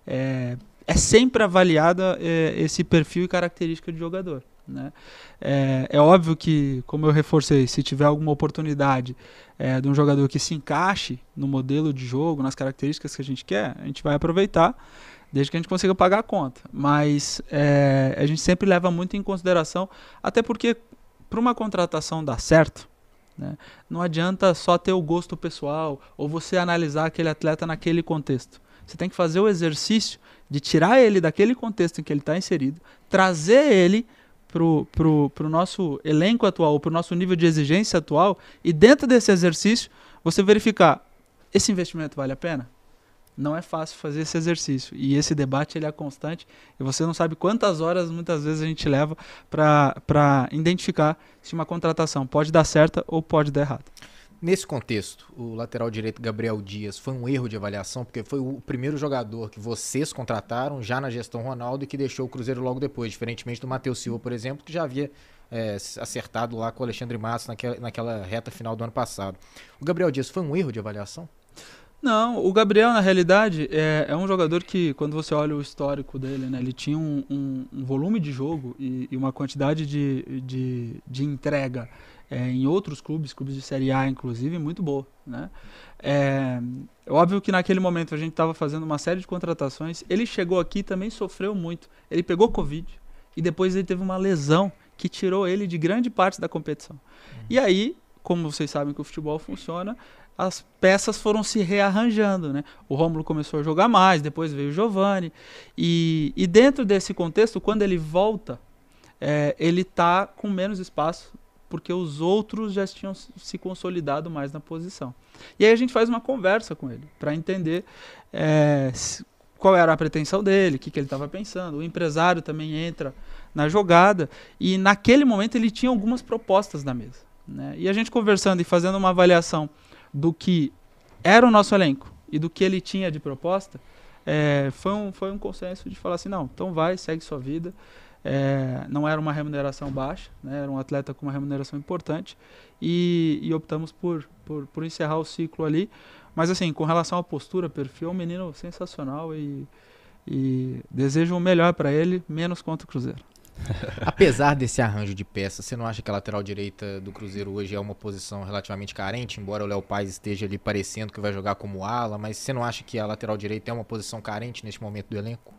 é sempre avaliada esse perfil e característica de jogador, né? É óbvio que, como eu reforcei, se tiver alguma oportunidade de um jogador que se encaixe no modelo de jogo, nas características que a gente quer, a gente vai aproveitar, desde que a gente consiga pagar a conta. Mas a gente sempre leva muito em consideração, até porque para uma contratação dar certo, né, não adianta só ter o gosto pessoal ou você analisar aquele atleta naquele contexto. Você tem que fazer o exercício de tirar ele daquele contexto em que ele está inserido, trazer ele para o nosso elenco atual, para o nosso nível de exigência atual, e dentro desse exercício você verificar, esse investimento vale a pena? Não é fácil fazer esse exercício, e esse debate ele é constante, e você não sabe quantas horas muitas vezes a gente leva para identificar se uma contratação pode dar certa ou pode dar errado. Nesse contexto, o lateral direito Gabriel Dias foi um erro de avaliação, porque foi o primeiro jogador que vocês contrataram já na gestão Ronaldo e que deixou o Cruzeiro logo depois, diferentemente do Matheus Silva, por exemplo, que já havia acertado lá com o Alexandre Matos naquela reta final do ano passado. O Gabriel Dias foi um erro de avaliação? Não, o Gabriel, na realidade, é um jogador que, quando você olha o histórico dele, né, ele tinha um volume de jogo e uma quantidade de entrega em outros clubes de Série A, inclusive, muito boa, né? Óbvio que naquele momento a gente estava fazendo uma série de contratações, ele chegou aqui e também sofreu muito. Ele pegou Covid e depois ele teve uma lesão que tirou ele de grande parte da competição. E aí, como vocês sabem que o futebol funciona, as peças foram se rearranjando, né? O Rômulo começou a jogar mais, depois veio o Giovani. E dentro desse contexto, quando ele volta, ele está com menos espaço, porque os outros já tinham se consolidado mais na posição. E aí a gente faz uma conversa com ele, para entender qual era a pretensão dele, o que ele estava pensando. O empresário também entra na jogada, e naquele momento ele tinha algumas propostas na mesa, né? E a gente conversando e fazendo uma avaliação do que era o nosso elenco e do que ele tinha de proposta, foi um consenso de falar assim, não, então vai, segue sua vida. Não era uma remuneração baixa, né? Era um atleta com uma remuneração importante, e optamos por encerrar o ciclo ali. Mas assim, com relação à postura, perfil, é um menino sensacional e desejo o melhor para ele, menos contra o Cruzeiro. Apesar desse arranjo de peças, você não acha que a lateral direita do Cruzeiro hoje é uma posição relativamente carente, embora o Léo Paz esteja ali parecendo que vai jogar como ala, mas você não acha que a lateral direita é uma posição carente neste momento do elenco?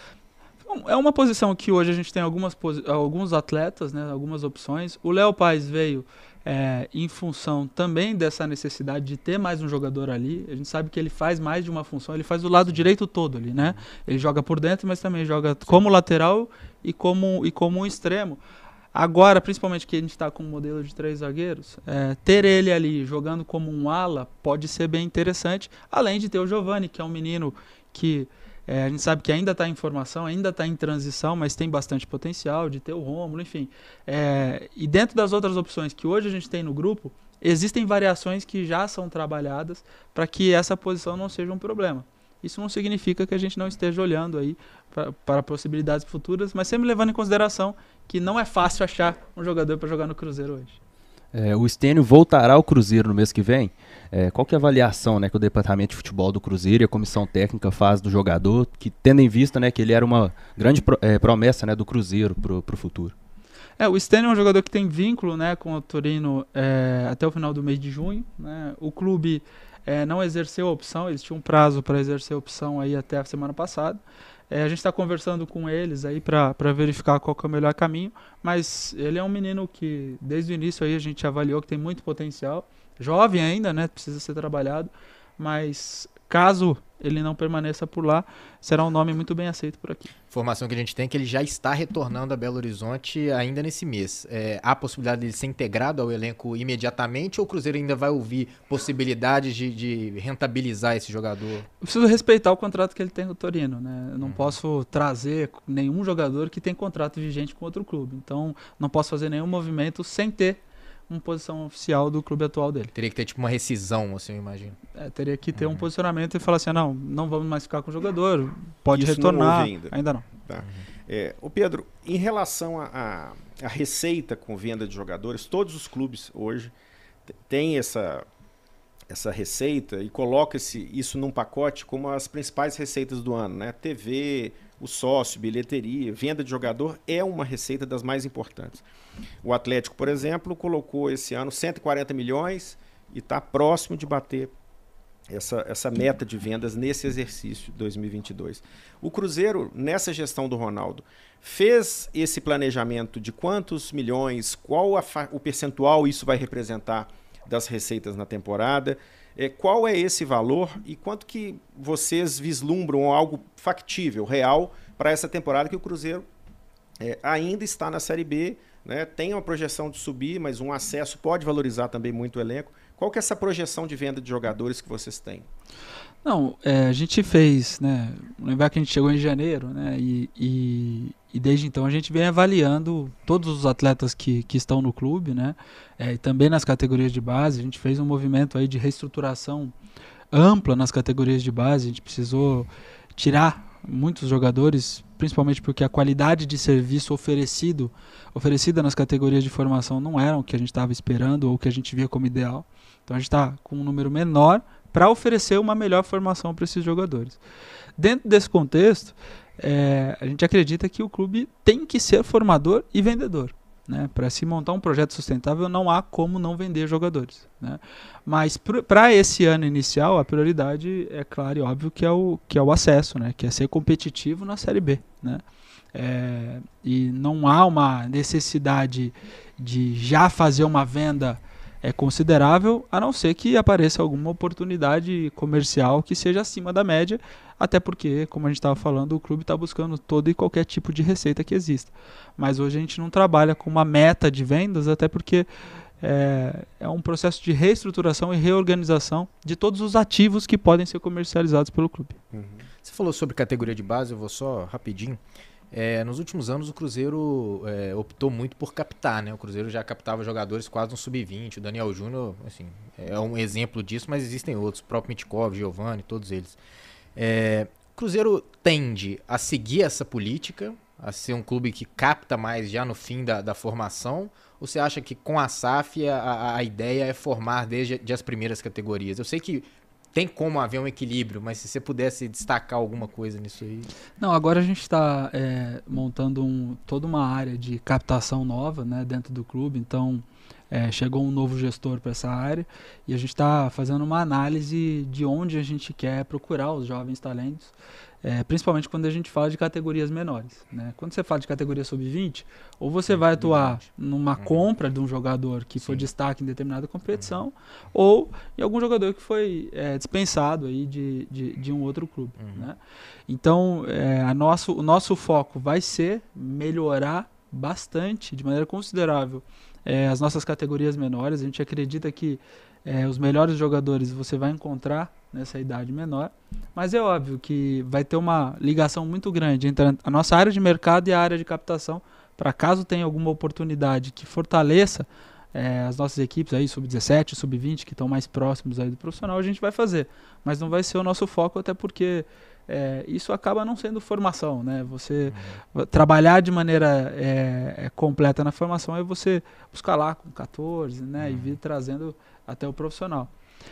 É uma posição que hoje a gente tem alguns atletas, né, algumas opções. O Léo Paz veio em função também dessa necessidade de ter mais um jogador ali. A gente sabe que ele faz mais de uma função, ele faz o lado direito todo ali, né? Ele joga por dentro, mas também joga como lateral e como um extremo. Agora, principalmente que a gente está com um modelo de 3 zagueiros, ter ele ali jogando como um ala pode ser bem interessante, além de ter o Giovani, que é um menino que a gente sabe que ainda está em formação, ainda está em transição, mas tem bastante potencial, de ter o Rômulo, enfim. E dentro das outras opções que hoje a gente tem no grupo, existem variações que já são trabalhadas para que essa posição não seja um problema. Isso não significa que a gente não esteja olhando aí para possibilidades futuras, mas sempre levando em consideração que não é fácil achar um jogador para jogar no Cruzeiro hoje. O Stênio voltará ao Cruzeiro no mês que vem. Qual que é a avaliação, né, que o departamento de futebol do Cruzeiro e a comissão técnica faz do jogador, que tendo em vista, né, que ele era uma grande promessa, né, do Cruzeiro para o futuro? O Stênio é um jogador que tem vínculo, né, com o Torino até o final do mês de junho, né? O clube não exerceu a opção, eles tinham um prazo para exercer a opção aí até a semana passada. A gente está conversando com eles aí para verificar qual que é o melhor caminho, mas ele é um menino que desde o início aí a gente avaliou que tem muito potencial, jovem ainda, né, precisa ser trabalhado, mas caso ele não permaneça por lá, será um nome muito bem aceito por aqui. Informação que a gente tem é que ele já está retornando a Belo Horizonte ainda nesse mês. Há possibilidade de ele ser integrado ao elenco imediatamente, ou o Cruzeiro ainda vai ouvir possibilidades de rentabilizar esse jogador? Eu preciso respeitar o contrato que ele tem com o Torino, né? Eu não posso trazer nenhum jogador que tem contrato vigente com outro clube, então não posso fazer nenhum movimento sem ter uma posição oficial do clube atual dele. Teria que ter tipo uma rescisão, assim, eu imagino. Teria que ter um posicionamento e falar assim, não vamos mais ficar com o jogador, pode Isso retornar. Não houve ainda não. Tá. Ô Pedro, em relação à receita com venda de jogadores, todos os clubes hoje têm essa receita e coloca isso num pacote como as principais receitas do ano, né? TV, o sócio, bilheteria, venda de jogador é uma receita das mais importantes. O Atlético, por exemplo, colocou esse ano 140 milhões e está próximo de bater essa meta de vendas nesse exercício de 2022. O Cruzeiro, nessa gestão do Ronaldo, fez esse planejamento de quantos milhões, qual o percentual isso vai representar das receitas na temporada, qual é esse valor e quanto que vocês vislumbram algo factível, real, para essa temporada que o Cruzeiro ainda está na Série B, né? Tem uma projeção de subir, mas um acesso pode valorizar também muito o elenco. Qual que é essa projeção de venda de jogadores que vocês têm? Não, a gente fez, né? Lembrar que a gente chegou em janeiro, né? E desde então a gente vem avaliando todos os atletas que estão no clube, né? E também nas categorias de base. A gente fez um movimento aí de reestruturação ampla nas categorias de base. A gente precisou tirar muitos jogadores, principalmente porque a qualidade de serviço oferecida nas categorias de formação não era o que a gente estava esperando ou o que a gente via como ideal. Então a gente está com um número menor para oferecer uma melhor formação para esses jogadores. Dentro desse contexto, a gente acredita que o clube tem que ser formador e vendedor, né? Para se montar um projeto sustentável não há como não vender jogadores, né? Mas para esse ano inicial a prioridade é claro e óbvio que é o acesso, né? Que é ser competitivo na Série B, né? E não há uma necessidade de já fazer uma venda considerável, a não ser que apareça alguma oportunidade comercial que seja acima da média, até porque, como a gente estava falando, o clube está buscando todo e qualquer tipo de receita que exista. Mas hoje a gente não trabalha com uma meta de vendas, até porque é um processo de reestruturação e reorganização de todos os ativos que podem ser comercializados pelo clube. Uhum. Você falou sobre categoria de base, eu vou só rapidinho. Nos últimos anos o Cruzeiro optou muito por captar, né? O Cruzeiro já captava jogadores quase no sub-20, o Daniel Júnior assim, é um exemplo disso, mas existem outros, o próprio Mitkov, Giovani, todos eles. O Cruzeiro tende a seguir essa política, a ser um clube que capta mais já no fim da formação, ou você acha que com a SAF a ideia é formar desde as primeiras categorias? Eu sei que tem como haver um equilíbrio, mas se você pudesse destacar alguma coisa nisso aí... Não, agora a gente está montando toda uma área de captação nova, né, dentro do clube, então chegou um novo gestor para essa área e a gente está fazendo uma análise de onde a gente quer procurar os jovens talentos, principalmente quando a gente fala de categorias menores, né? Quando você fala de categoria sub-20, ou você vai atuar numa compra de um jogador que foi destaque em determinada competição, ou em algum jogador que foi dispensado aí de um outro clube, né? Então, o nosso foco vai ser melhorar bastante, de maneira considerável, as nossas categorias menores. A gente acredita que os melhores jogadores você vai encontrar nessa idade menor, mas é óbvio que vai ter uma ligação muito grande entre a nossa área de mercado e a área de captação, para caso tenha alguma oportunidade que fortaleça as nossas equipes aí, sub-17, sub-20, que estão mais próximos aí do profissional, a gente vai fazer, mas não vai ser o nosso foco, até porque isso acaba não sendo formação, né? Você trabalhar de maneira completa na formação é você buscar lá com 14, né? E vir trazendo até o profissional.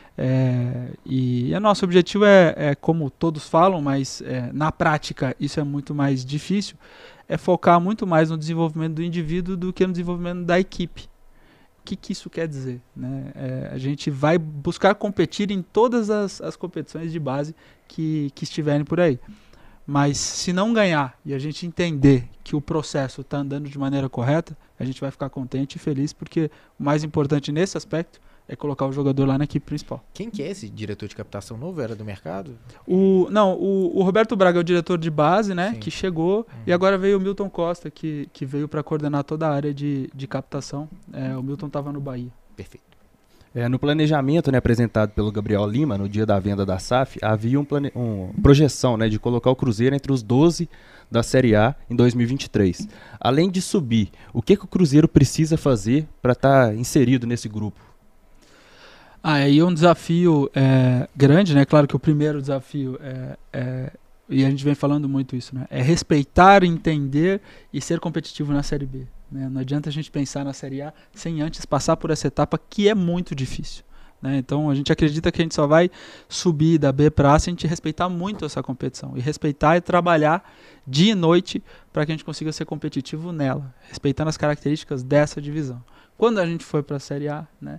E o nosso objetivo como todos falam, mas na prática isso é muito mais difícil, é focar muito mais no desenvolvimento do indivíduo do que no desenvolvimento da equipe. O que isso quer dizer, né? A gente vai buscar competir em todas as competições de base que estiverem por aí. Mas se não ganhar e a gente entender que o processo está andando de maneira correta, a gente vai ficar contente e feliz, porque o mais importante nesse aspecto é colocar o jogador lá na equipe principal. Quem que é esse diretor de captação novo? Era do mercado? O Roberto Braga é o diretor de base, né? Sim. Que chegou, e agora veio o Milton Costa, que veio para coordenar toda a área de captação. O Milton estava no Bahia. Perfeito. No planejamento, né, apresentado pelo Gabriel Lima no dia da venda da SAF, havia uma projeção, né, de colocar o Cruzeiro entre os 12 da Série A em 2023. Além de subir, o que o Cruzeiro precisa fazer para estar inserido nesse grupo? Aí é um desafio grande, né? Claro que o primeiro desafio e a gente vem falando muito isso, né? É respeitar, entender e ser competitivo na Série B, né? Não adianta a gente pensar na Série A sem antes passar por essa etapa que é muito difícil, né? Então a gente acredita que a gente só vai subir da B para A se a gente respeitar muito essa competição. E respeitar e trabalhar dia e noite para que a gente consiga ser competitivo nela, respeitando as características dessa divisão. Quando a gente for para a Série A, né?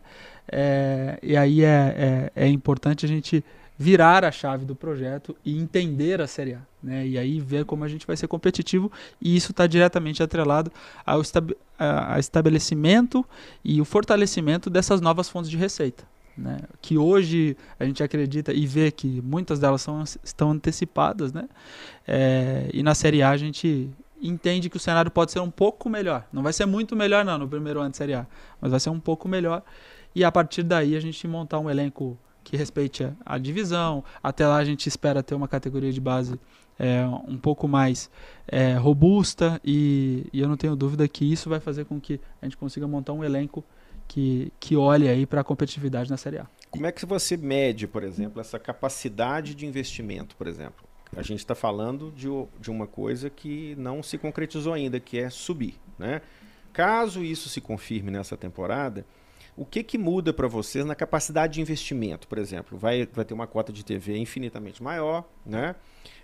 E aí é importante a gente virar a chave do projeto e entender a Série A, né? E aí ver como a gente vai ser competitivo, e isso está diretamente atrelado ao estabelecimento e o fortalecimento dessas novas fontes de receita, né? Que hoje a gente acredita e vê que muitas delas estão antecipadas, né? E na Série A a gente entende que o cenário pode ser um pouco melhor. Não vai ser muito melhor não no primeiro ano de Série A, mas vai ser um pouco melhor, e a partir daí a gente montar um elenco que respeite a divisão. Até lá a gente espera ter uma categoria de base um pouco mais robusta, e eu não tenho dúvida que isso vai fazer com que a gente consiga montar um elenco que olhe aí para a competitividade na Série A. Como é que você mede, por exemplo, essa capacidade de investimento, por exemplo? A gente está falando de uma coisa que não se concretizou ainda, que é subir, né? Caso isso se confirme nessa temporada, o que muda para vocês na capacidade de investimento? Por exemplo, vai ter uma cota de TV infinitamente maior, né?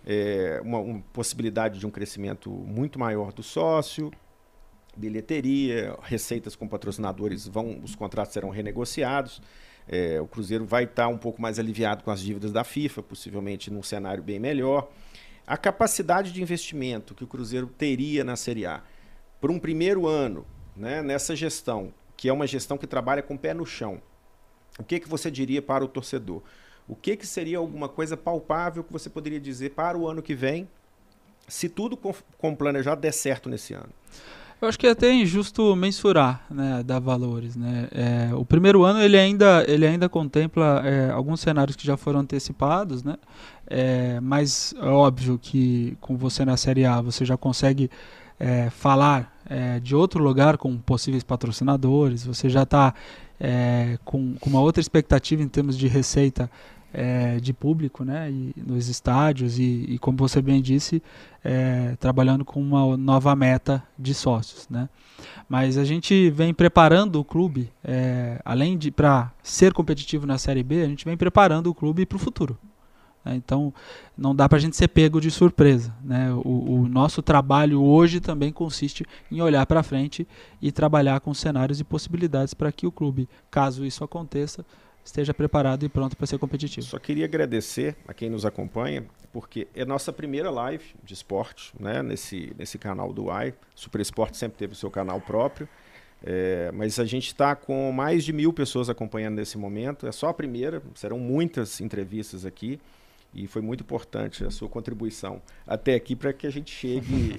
Uma possibilidade de um crescimento muito maior do sócio, bilheteria, receitas com patrocinadores, os contratos serão renegociados, o Cruzeiro vai estar um pouco mais aliviado com as dívidas da FIFA, possivelmente num cenário bem melhor. A capacidade de investimento que o Cruzeiro teria na Série A por um primeiro ano, né, nessa gestão, que é uma gestão que trabalha com o pé no chão, o que você diria para o torcedor? O que seria alguma coisa palpável que você poderia dizer para o ano que vem, se tudo como planejado der certo nesse ano? Eu acho que é até injusto mensurar, né, dar valores, né? O primeiro ano ele ainda contempla alguns cenários que já foram antecipados, né? Mas é óbvio que com você na Série A você já consegue falar de outro lugar com possíveis patrocinadores, você já está com uma outra expectativa em termos de receita de público, né, e nos estádios, e como você bem disse, trabalhando com uma nova meta de sócios, né? Mas a gente vem preparando o clube, além de para ser competitivo na Série B, a gente vem preparando o clube para o futuro. Então, não dá para a gente ser pego de surpresa, né? O nosso trabalho hoje também consiste em olhar para frente e trabalhar com cenários e possibilidades para que o clube, caso isso aconteça, esteja preparado e pronto para ser competitivo. Só queria agradecer a quem nos acompanha, porque é nossa primeira live de esporte, né, nesse canal do UAI. Super Esporte sempre teve o seu canal próprio, mas a gente está com mais de 1.000 pessoas acompanhando nesse momento. É só a primeira, serão muitas entrevistas aqui. E foi muito importante a sua contribuição até aqui para que a gente chegue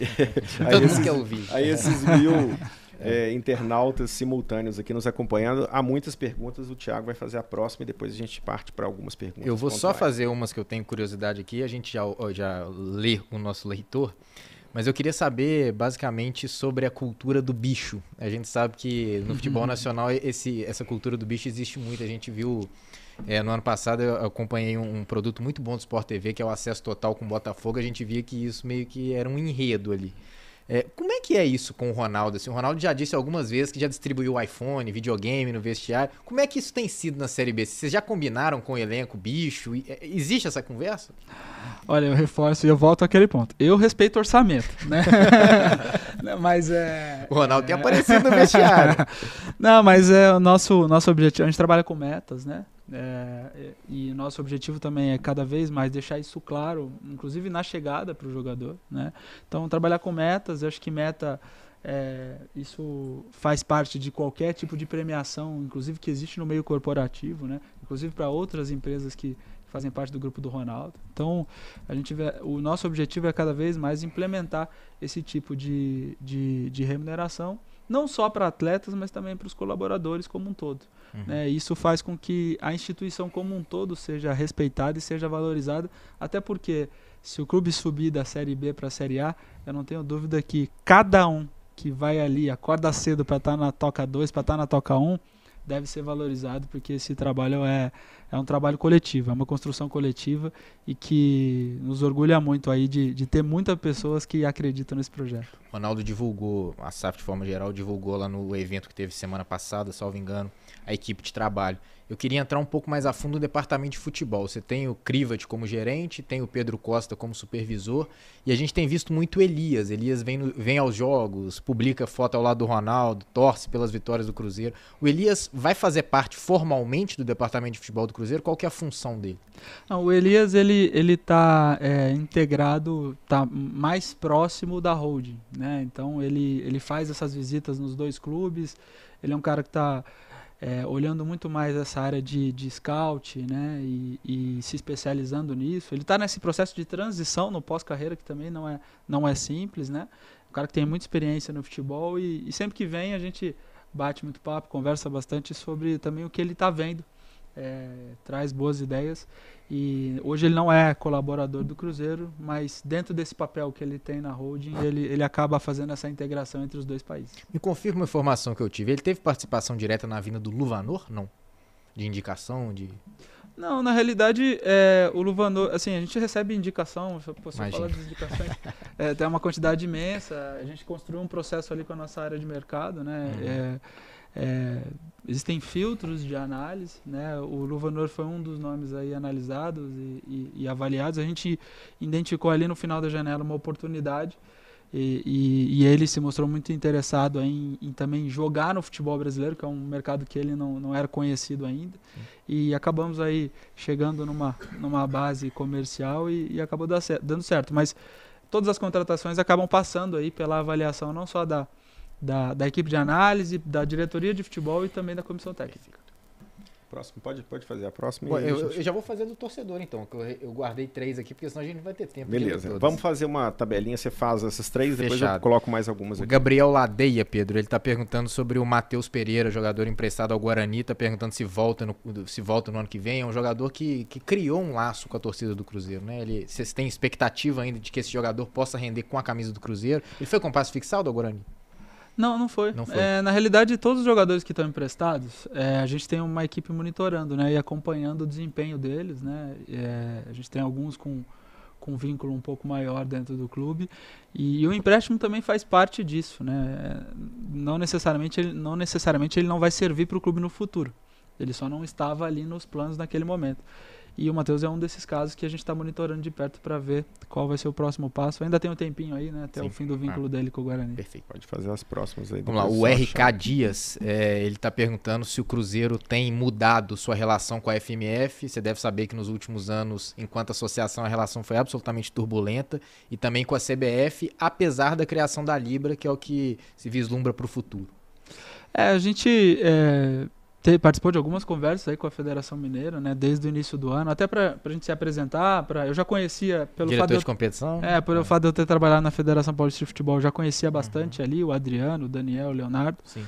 a esses 1.000 internautas simultâneos aqui nos acompanhando. Há muitas perguntas, o Thiago vai fazer a próxima e depois a gente parte para algumas perguntas. Eu vou só fazer umas que eu tenho curiosidade aqui, a gente já lê o nosso leitor, mas eu queria saber basicamente sobre a cultura do bicho. A gente sabe que no futebol nacional essa cultura do bicho existe muito, a gente viu... no ano passado eu acompanhei um produto muito bom do Sport TV, que é o Acesso Total com o Botafogo. A gente via que isso meio que era um enredo ali. Como é que é isso com o Ronaldo? Assim, o Ronaldo já disse algumas vezes que já distribuiu iPhone, videogame no vestiário. Como é que isso tem sido na Série B? Vocês já combinaram com o elenco bicho? Existe essa conversa? Olha, eu reforço e eu volto àquele ponto. Eu respeito orçamento, né? Mas o Ronaldo tem aparecido no vestiário. Não, mas o nosso objetivo. A gente trabalha com metas, né? E nosso objetivo também é cada vez mais deixar isso claro, inclusive na chegada para o jogador, né? Então, trabalhar com metas, eu acho que meta, isso faz parte de qualquer tipo de premiação, inclusive que existe no meio corporativo, né? Inclusive para outras empresas que fazem parte do grupo do Ronaldo. Então, o nosso objetivo é cada vez mais implementar esse tipo de remuneração, não só para atletas, mas também para os colaboradores como um todo. Né? Isso faz com que a instituição como um todo seja respeitada e seja valorizada, até porque se o clube subir da Série B para a Série A, eu não tenho dúvida que cada um que vai ali, acorda cedo para estar na Toca 2, para estar na Toca 1, deve ser valorizado, porque esse trabalho é é um trabalho coletivo, é uma construção coletiva e que nos orgulha muito aí de ter muitas pessoas que acreditam nesse projeto. O Ronaldo divulgou, a SAF de forma geral divulgou lá no evento que teve semana passada, salvo engano, a equipe de trabalho. Eu queria entrar um pouco mais a fundo no departamento de futebol. Você tem o Krivat como gerente, tem o Pedro Costa como supervisor, e a gente tem visto muito o Elias. Elias vem aos jogos, publica foto ao lado do Ronaldo, torce pelas vitórias do Cruzeiro. O Elias vai fazer parte formalmente do departamento de futebol do Cruzeiro? Qual que é a função dele? Não, o Elias ele está integrado, está mais próximo da holding, né? Então ele faz essas visitas nos 2 clubes. Ele é um cara que está olhando muito mais essa área de scout, né, e se especializando nisso. Ele está nesse processo de transição no pós-carreira, que também não é simples, né? Um cara que tem muita experiência no futebol e sempre que vem a gente bate muito papo, conversa bastante sobre também o que ele está vendo, traz boas ideias. E hoje ele não é colaborador do Cruzeiro, mas dentro desse papel que ele tem na holding, ele acaba fazendo essa integração entre os 2 países. Me confirma uma informação que eu tive. Ele teve participação direta na vinda do Luvanor? Não. De indicação? Não, na realidade, o Luvanor, assim, a gente recebe indicação, você fala de indicações, tem uma quantidade imensa, a gente construiu um processo ali com a nossa área de mercado, né? Existem filtros de análise, né? O Luvanor foi um dos nomes aí analisados e avaliados. A gente identificou ali no final da janela uma oportunidade e ele se mostrou muito interessado em também jogar no futebol brasileiro, que é um mercado que ele não era conhecido ainda. E acabamos aí chegando numa base comercial e acabou dando certo. Mas todas as contratações acabam passando aí pela avaliação não só da equipe de análise, da diretoria de futebol e também da comissão técnica. Próximo, pode fazer a próxima. Bom, eu já vou fazer do torcedor então, que eu guardei 3 aqui, porque senão a gente não vai ter tempo. Beleza, vamos fazer uma tabelinha, você faz essas 3, depois Fechado. eu coloco mais algumas aqui. O Gabriel Ladeia, Pedro, ele tá perguntando sobre o Matheus Pereira, jogador emprestado ao Guarani, tá perguntando se volta no ano que vem. É um jogador que criou um laço com a torcida do Cruzeiro, né? Vocês têm expectativa ainda de que esse jogador possa render com a camisa do Cruzeiro? Ele foi com passe fixado ao Guarani? Não foi. Na realidade, todos os jogadores que estão emprestados, a gente tem uma equipe monitorando, né, e acompanhando o desempenho deles, né. A gente tem alguns com vínculo um pouco maior dentro do clube e o empréstimo também faz parte disso, né. Não necessariamente ele não vai servir para o clube no futuro. Ele só não estava ali nos planos naquele momento. E o Matheus é um desses casos que a gente está monitorando de perto para ver qual vai ser o próximo passo. Ainda tem um tempinho aí, né? Até o fim do vínculo dele com o Guarani. Perfeito. Pode fazer as próximas aí. Vamos lá, o RK Dias, ele está perguntando se o Cruzeiro tem mudado sua relação com a FMF. Você deve saber que nos últimos anos, enquanto associação, a relação foi absolutamente turbulenta. E também com a CBF, apesar da criação da Libra, que é o que se vislumbra para o futuro. A gente... participou de algumas conversas aí com a Federação Mineira, né, desde o início do ano, até para a gente se apresentar. Eu já conhecia pelo diretor de competição? Pelo fato de eu ter trabalhado na Federação Paulista de Futebol, eu já conhecia bastante ali o Adriano, o Daniel, o Leonardo. Sim.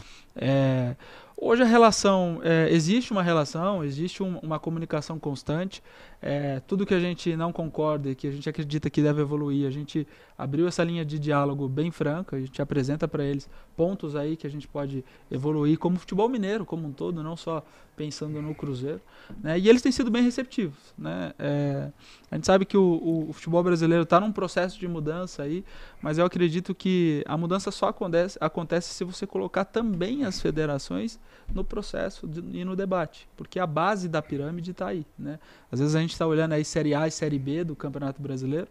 Hoje a relação, existe uma relação, existe uma comunicação constante. Tudo que a gente não concorda e que a gente acredita que deve evoluir, a gente abriu essa linha de diálogo bem franca, a gente apresenta para eles pontos aí que a gente pode evoluir como futebol mineiro como um todo, não só pensando no Cruzeiro, né? E eles têm sido bem receptivos, né? A gente sabe que o futebol brasileiro está num processo de mudança aí, mas eu acredito que a mudança só acontece se você colocar também as federações no processo e no debate, porque a base da pirâmide está aí, né? Às vezes a gente está olhando aí Série A e Série B do Campeonato Brasileiro,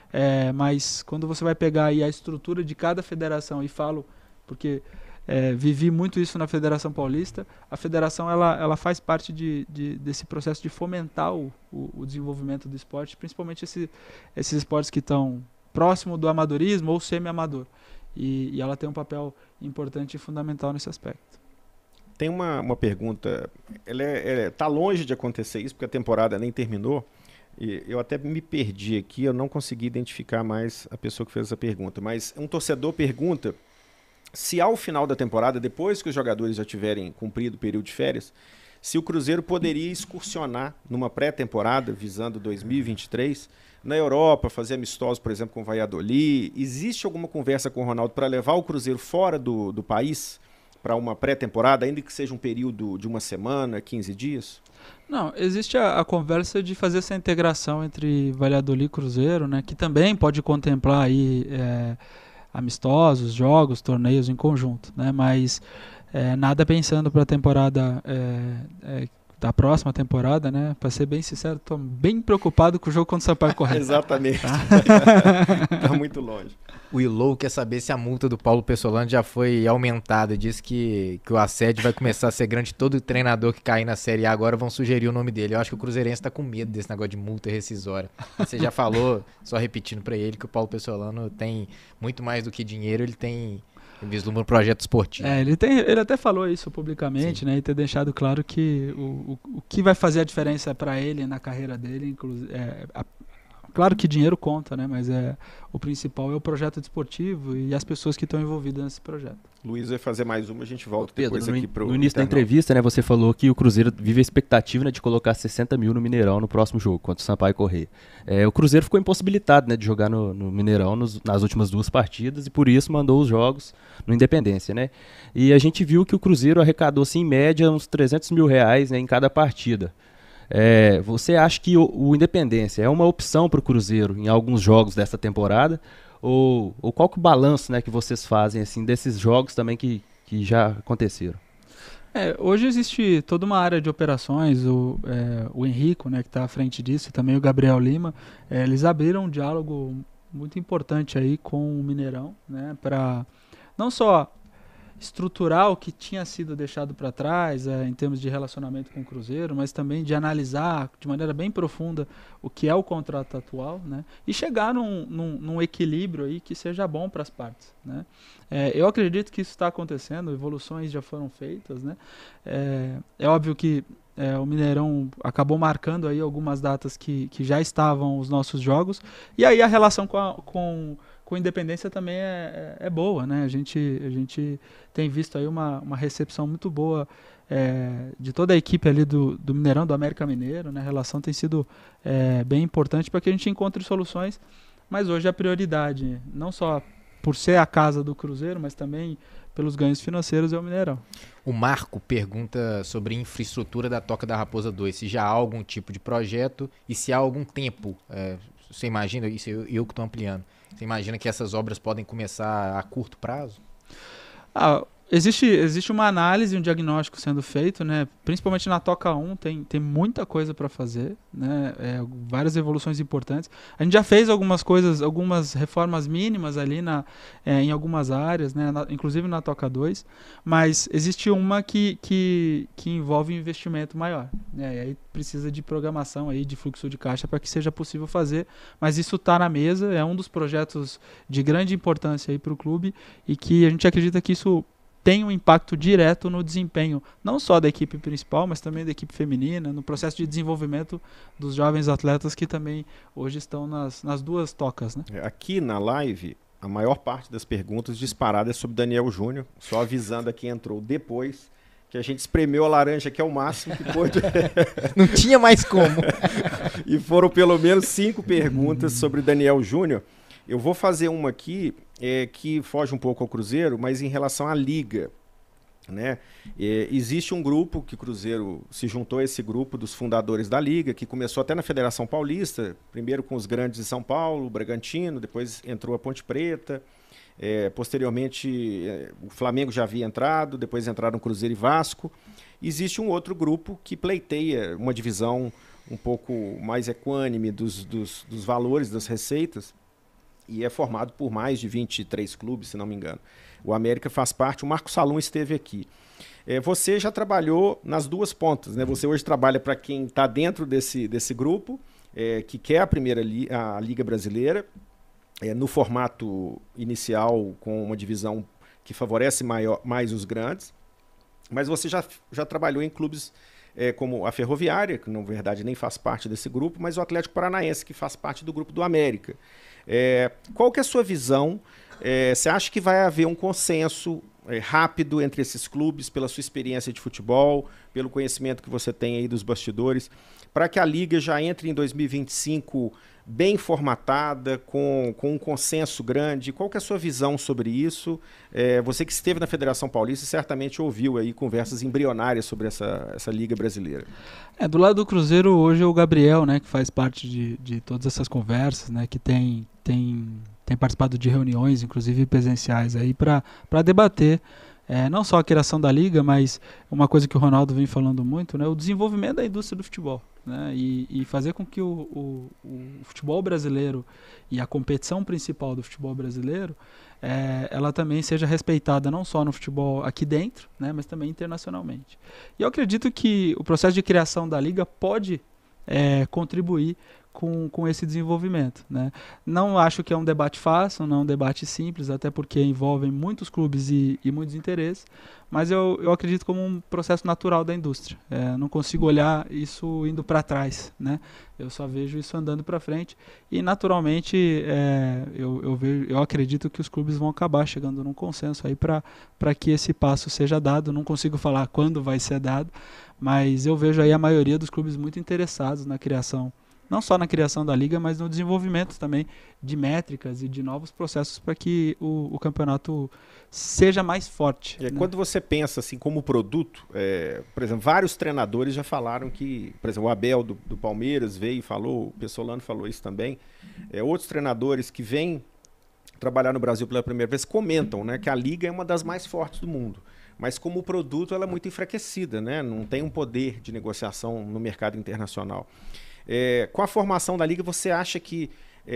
mas quando você vai pegar aí a estrutura de cada federação, e falo porque vivi muito isso na Federação Paulista, a federação ela faz parte desse processo de fomentar o desenvolvimento do esporte, principalmente esses esportes que estão próximo do amadorismo ou semi-amador, e ela tem um papel importante e fundamental nesse aspecto. Tem uma pergunta, tá longe de acontecer isso, porque a temporada nem terminou, e eu até me perdi aqui, eu não consegui identificar mais a pessoa que fez essa pergunta, mas um torcedor pergunta se ao final da temporada, depois que os jogadores já tiverem cumprido o período de férias, se o Cruzeiro poderia excursionar numa pré-temporada, visando 2023, na Europa, fazer amistosos, por exemplo, com o Valladolid. Existe alguma conversa com o Ronaldo para levar o Cruzeiro fora do país, para uma pré-temporada, ainda que seja um período de uma semana, 15 dias? Não, existe a conversa de fazer essa integração entre Valladolid e Cruzeiro, né, que também pode contemplar aí amistosos, jogos, torneios em conjunto, né, mas nada pensando para a temporada da próxima temporada, né? Para ser bem sincero, estou bem preocupado com o jogo contra o Sampaio Corrêa. Exatamente. Tá muito longe. O Ilou quer saber se a multa do Paulo Pessolano já foi aumentada. Diz que o assédio vai começar a ser grande. Todo treinador que cair na Série A agora vão sugerir o nome dele. Eu acho que o Cruzeirense está com medo desse negócio de multa rescisória. Você já falou, só repetindo para ele, que o Paulo Pessolano tem muito mais do que dinheiro, ele vislumbra um projeto esportivo. Ele até falou isso publicamente, né? E ter deixado claro que o que vai fazer a diferença para ele na carreira dele, claro que dinheiro conta, né? Mas o principal é o projeto desportivo e as pessoas que estão envolvidas nesse projeto. Luiz vai fazer mais uma, a gente volta Pedro, depois aqui pro no início da entrevista, né, você falou que o Cruzeiro vive a expectativa, né, de colocar 60 mil no Mineirão no próximo jogo, contra o Sampaio Corrêa. O Cruzeiro ficou impossibilitado, né, de jogar no Mineirão nas últimas 2 partidas e por isso mandou os jogos no Independência, né? E a gente viu que o Cruzeiro arrecadou, assim, em média, uns 300 mil reais, né, em cada partida. Você acha que o Independência é uma opção para o Cruzeiro em alguns jogos dessa temporada? Ou qual que é o balanço, né, que vocês fazem assim, desses jogos também que já aconteceram? Hoje existe toda uma área de operações, o Henrico, né, que está à frente disso, e também o Gabriel Lima, eles abriram um diálogo muito importante aí com o Mineirão, né, para não só estruturar o que tinha sido deixado para trás em termos de relacionamento com o Cruzeiro, mas também de analisar de maneira bem profunda o que é o contrato atual, né? E chegar num equilíbrio aí que seja bom para as partes, né? Eu acredito que isso está acontecendo, evoluções já foram feitas, né? É óbvio que o Mineirão acabou marcando aí algumas datas que já estavam os nossos jogos, e aí a relação com Independência também é boa, né? A gente tem visto aí uma recepção muito boa de toda a equipe ali do Mineirão, do América Mineiro, né? A relação tem sido bem importante para que a gente encontre soluções, mas hoje a prioridade, não só por ser a casa do Cruzeiro, mas também pelos ganhos financeiros, é o Mineirão. O Marco pergunta sobre infraestrutura da Toca da Raposa 2, se já há algum tipo de projeto e se há algum tempo. Você imagina, isso eu que estou ampliando, você imagina que essas obras podem começar a curto prazo? Existe uma análise, um diagnóstico sendo feito, né? Principalmente na Toca 1 tem muita coisa para fazer, né? Várias evoluções importantes. A gente já fez algumas reformas mínimas ali em algumas áreas, né? Inclusive na Toca 2, mas existe uma que envolve um investimento maior, né? E aí precisa de programação aí, de fluxo de caixa para que seja possível fazer, mas isso está na mesa, é um dos projetos de grande importância aí para o clube e que a gente acredita que isso tem um impacto direto no desempenho, não só da equipe principal, mas também da equipe feminina, no processo de desenvolvimento dos jovens atletas que também hoje estão nas 2 tocas, né? Aqui na live, a maior parte das perguntas disparadas é sobre Daniel Júnior, só avisando a quem entrou depois, que a gente espremeu a laranja, que é o máximo que pôde. Não tinha mais como. E foram pelo menos 5 perguntas sobre Daniel Júnior. Eu vou fazer uma aqui que foge um pouco ao Cruzeiro, mas em relação à Liga, né? Existe um grupo que o Cruzeiro se juntou a esse grupo dos fundadores da Liga, que começou até na Federação Paulista, primeiro com os grandes de São Paulo, Bragantino, depois entrou a Ponte Preta, posteriormente o Flamengo já havia entrado, depois entraram Cruzeiro e Vasco. Existe um outro grupo que pleiteia uma divisão um pouco mais equânime dos valores, das receitas, e é formado por mais de 23 clubes, se não me engano. O América faz parte, o Marco Salum esteve aqui. Você já trabalhou nas 2 pontas, né? Você hoje trabalha para quem está dentro desse grupo, que quer a Liga Brasileira, no formato inicial, com uma divisão que favorece mais os grandes, mas você já trabalhou em clubes como a Ferroviária, que na verdade nem faz parte desse grupo, mas o Atlético Paranaense, que faz parte do grupo do América. Qual que é a sua visão? Você acha que vai haver um consenso rápido entre esses clubes, pela sua experiência de futebol, pelo conhecimento que você tem aí dos bastidores, para que a Liga já entre em 2025 bem formatada, com um consenso grande? Qual que é a sua visão sobre isso? Você que esteve na Federação Paulista certamente ouviu aí conversas embrionárias sobre essa Liga Brasileira. Do lado do Cruzeiro, hoje é o Gabriel, né, que faz parte de todas essas conversas, né, que tem participado de reuniões, inclusive presenciais, aí para debater não só a criação da Liga, mas uma coisa que o Ronaldo vem falando muito, né, o desenvolvimento da indústria do futebol. Né, e fazer com que o futebol brasileiro e a competição principal do futebol brasileiro ela também seja respeitada não só no futebol aqui dentro, né, mas também internacionalmente. E eu acredito que o processo de criação da Liga pode contribuir com esse desenvolvimento. Né. Não acho que é um debate fácil, não é um debate simples, até porque envolvem muitos clubes e muitos interesses, mas eu acredito como um processo natural da indústria. Não consigo olhar isso indo para trás, né? Eu só vejo isso andando para frente e, naturalmente, eu acredito que os clubes vão acabar chegando num consenso aí para que esse passo seja dado. Não consigo falar quando vai ser dado, mas eu vejo aí a maioria dos clubes muito interessados na criação, não só na criação da Liga, mas no desenvolvimento também de métricas e de novos processos para que o campeonato seja mais forte. Né? Quando você pensa assim como produto, por exemplo, vários treinadores já falaram que, por exemplo, o Abel do Palmeiras veio e falou, o Pessolano falou isso também, outros treinadores que vêm trabalhar no Brasil pela primeira vez comentam, né, que a Liga é uma das mais fortes do mundo. Mas como produto ela é muito enfraquecida, né? Não tem um poder de negociação no mercado internacional. Com a formação da Liga, você acha que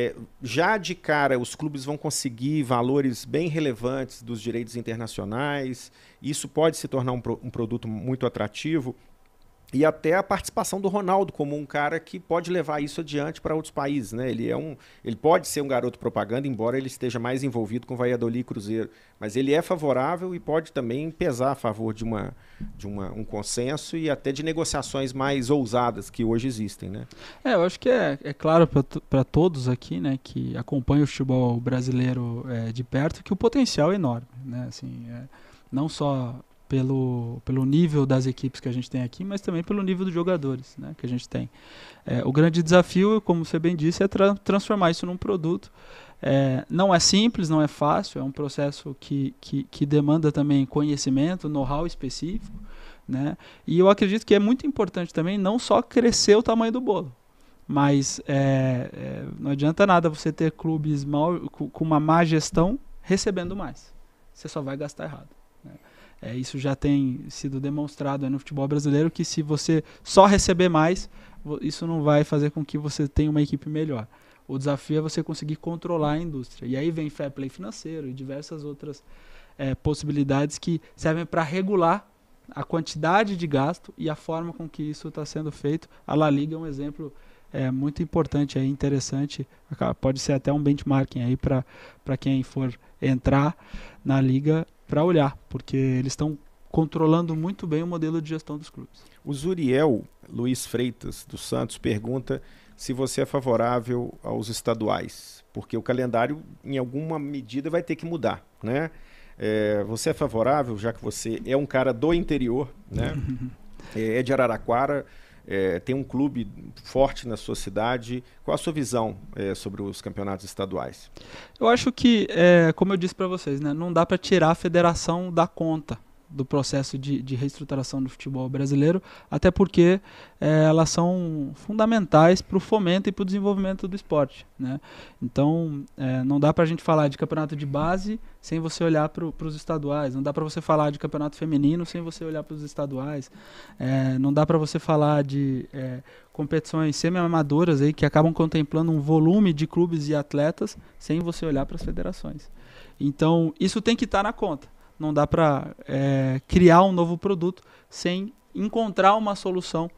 já de cara os clubes vão conseguir valores bem relevantes dos direitos internacionais? Isso pode se tornar um produto muito atrativo? E até a participação do Ronaldo como um cara que pode levar isso adiante para outros países, né? Ele pode ser um garoto propaganda, embora ele esteja mais envolvido com Valladolid e Cruzeiro. Mas ele é favorável e pode também pesar a favor de um consenso e até de negociações mais ousadas que hoje existem, né? Eu acho que é claro para todos aqui, né, que acompanham o futebol brasileiro de perto, que o potencial é enorme, né? Assim, não só pelo nível das equipes que a gente tem aqui, mas também pelo nível dos jogadores, né, que a gente tem. O grande desafio, como você bem disse, é transformar isso num produto. Não é simples, não é fácil, é um processo que demanda também conhecimento, know-how específico, né, e eu acredito que é muito importante também não só crescer o tamanho do bolo, mas não adianta nada você ter clubes com uma má gestão recebendo mais. Você só vai gastar errado. Né. Isso já tem sido demonstrado no futebol brasileiro, que se você só receber mais, isso não vai fazer com que você tenha uma equipe melhor. O desafio é você conseguir controlar a indústria. E aí vem fair play financeiro e diversas outras possibilidades que servem para regular a quantidade de gasto e a forma com que isso está sendo feito. A La Liga é um exemplo muito importante, interessante. Pode ser até um benchmarking aí para quem for entrar na Liga, para olhar, porque eles estão controlando muito bem o modelo de gestão dos clubes. O Zuriel Luiz Freitas, do Santos, pergunta se você é favorável aos estaduais, porque o calendário, em alguma medida, vai ter que mudar, né? Você é favorável, já que você é um cara do interior, né? É de Araraquara, tem um clube forte na sua cidade. Qual a sua visão sobre os campeonatos estaduais? Eu acho que, como eu disse para vocês, né, não dá para tirar a federação da conta do processo de reestruturação do futebol brasileiro, até porque elas são fundamentais para o fomento e para o desenvolvimento do esporte, né? Então, não dá para a gente falar de campeonato de base sem você olhar para os estaduais, não dá para você falar de campeonato feminino sem você olhar para os estaduais, não dá para você falar de competições semi-amadoras aí que acabam contemplando um volume de clubes e atletas sem você olhar para as federações. Então, isso tem que estar na conta. Não dá para criar um novo produto sem encontrar uma solução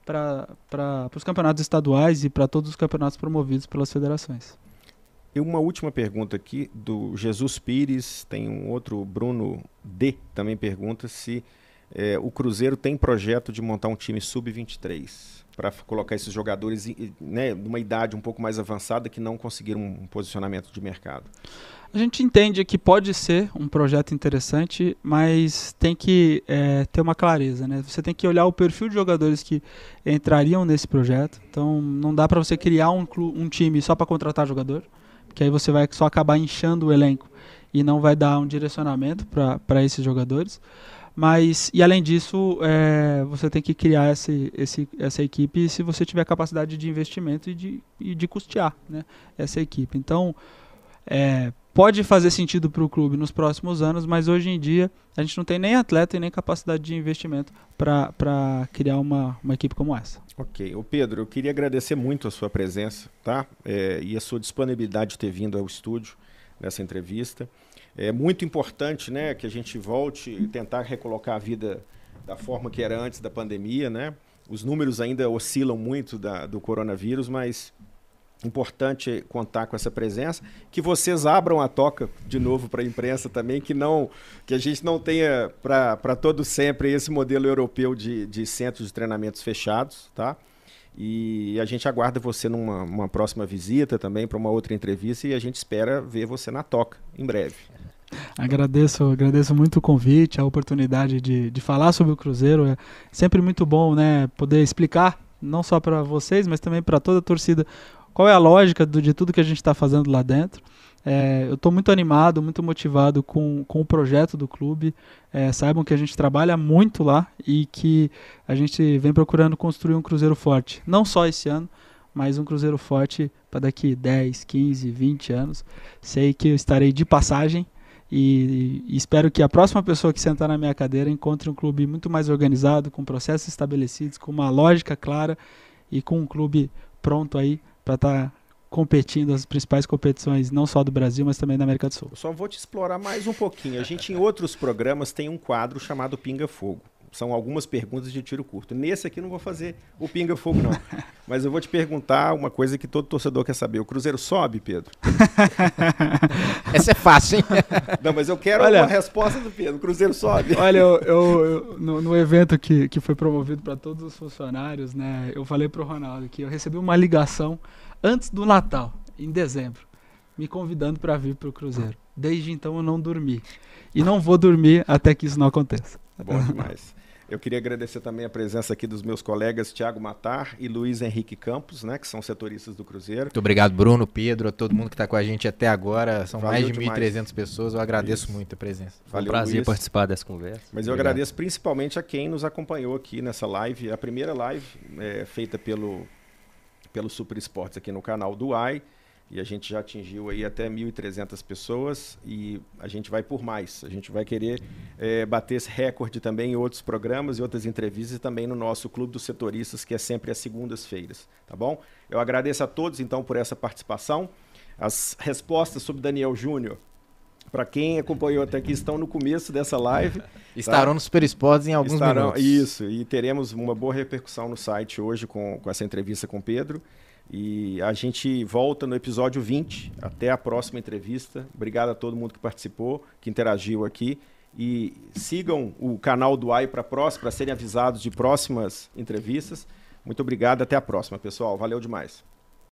para os campeonatos estaduais e para todos os campeonatos promovidos pelas federações. E uma última pergunta aqui do Jesus Pires, tem um outro, Bruno D, também pergunta se o Cruzeiro tem projeto de montar um time sub-23 para colocar esses jogadores, né, numa idade um pouco mais avançada que não conseguiram um posicionamento de mercado? A gente entende que pode ser um projeto interessante, mas tem que ter uma clareza, né? Você tem que olhar o perfil de jogadores que entrariam nesse projeto. Então, não dá para você criar um time só para contratar jogador, porque aí você vai só acabar inchando o elenco e não vai dar um direcionamento para esses jogadores. E além disso, você tem que criar essa equipe se você tiver capacidade de investimento e de custear, né, essa equipe. Então, pode fazer sentido para o clube nos próximos anos, mas hoje em dia a gente não tem nem atleta e nem capacidade de investimento para criar uma equipe como essa. Ok. Ô Pedro, eu queria agradecer muito a sua presença, tá? E a sua disponibilidade de ter vindo ao estúdio nessa entrevista. É muito importante, né, que a gente volte e tentar recolocar a vida da forma que era antes da pandemia, né? Os números ainda oscilam muito do coronavírus, mas importante contar com essa presença, que vocês abram a toca de novo para a imprensa também, que a gente não tenha para todo sempre esse modelo europeu de centros de treinamentos fechados, tá? E a gente aguarda você numa próxima visita também, para uma outra entrevista, e a gente espera ver você na toca em breve. Agradeço muito o convite, a oportunidade de falar sobre o Cruzeiro. É sempre muito bom, né, poder explicar, não só para vocês, mas também para toda a torcida, qual é a lógica de tudo que a gente está fazendo lá dentro. Eu estou muito animado, muito motivado com o projeto do clube. Saibam que a gente trabalha muito lá e que a gente vem procurando construir um Cruzeiro forte. Não só esse ano, mas um Cruzeiro forte para daqui 10, 15, 20 anos. Sei que eu estarei de passagem e espero que a próxima pessoa que sentar na minha cadeira encontre um clube muito mais organizado, com processos estabelecidos, com uma lógica clara e com um clube pronto aí para estar competindo as principais competições, não só do Brasil, mas também da América do Sul. Eu só vou te explorar mais um pouquinho. A gente, em outros programas, tem um quadro chamado Pinga Fogo. São algumas perguntas de tiro curto. Nesse aqui não vou fazer o Pinga Fogo, não. Mas eu vou te perguntar uma coisa que todo torcedor quer saber. O Cruzeiro sobe, Pedro? Essa é fácil, hein? Não, mas eu quero uma resposta do Pedro. O Cruzeiro sobe? Olha, eu no evento que foi promovido para todos os funcionários, né, eu falei pro Ronaldo que eu recebi uma ligação antes do Natal, em dezembro, me convidando para vir pro Cruzeiro. Desde então eu não dormi. E não vou dormir até que isso não aconteça. Bom demais. Eu queria agradecer também a presença aqui dos meus colegas Thiago Matar e Luiz Henrique Campos, né, que são setoristas do Cruzeiro. Muito obrigado, Bruno, Pedro, a todo mundo que está com a gente até agora. São Valeu mais de demais. 1.300 pessoas. Eu agradeço muito a presença. Valeu, um prazer Luiz. participar dessa conversa. Mas eu agradeço principalmente a quem nos acompanhou aqui nessa live. A primeira live feita pelo Super Esportes aqui no canal do AI. E a gente já atingiu aí até 1.300 pessoas e a gente vai por mais. A gente vai querer bater esse recorde também em outros programas e outras entrevistas e também no nosso Clube dos Setoristas, que é sempre às segundas-feiras, tá bom? Eu agradeço a todos, então, por essa participação. As respostas sobre Daniel Júnior, para quem acompanhou até aqui, estão no começo dessa live. Estarão no Super Esportes em alguns minutos. Isso, e teremos uma boa repercussão no site hoje com essa entrevista com o Pedro. E a gente volta no episódio 20. Até a próxima entrevista. Obrigado a todo mundo que participou, que interagiu aqui. E sigam o canal do AI para serem avisados de próximas entrevistas. Muito obrigado. Até a próxima, pessoal. Valeu demais.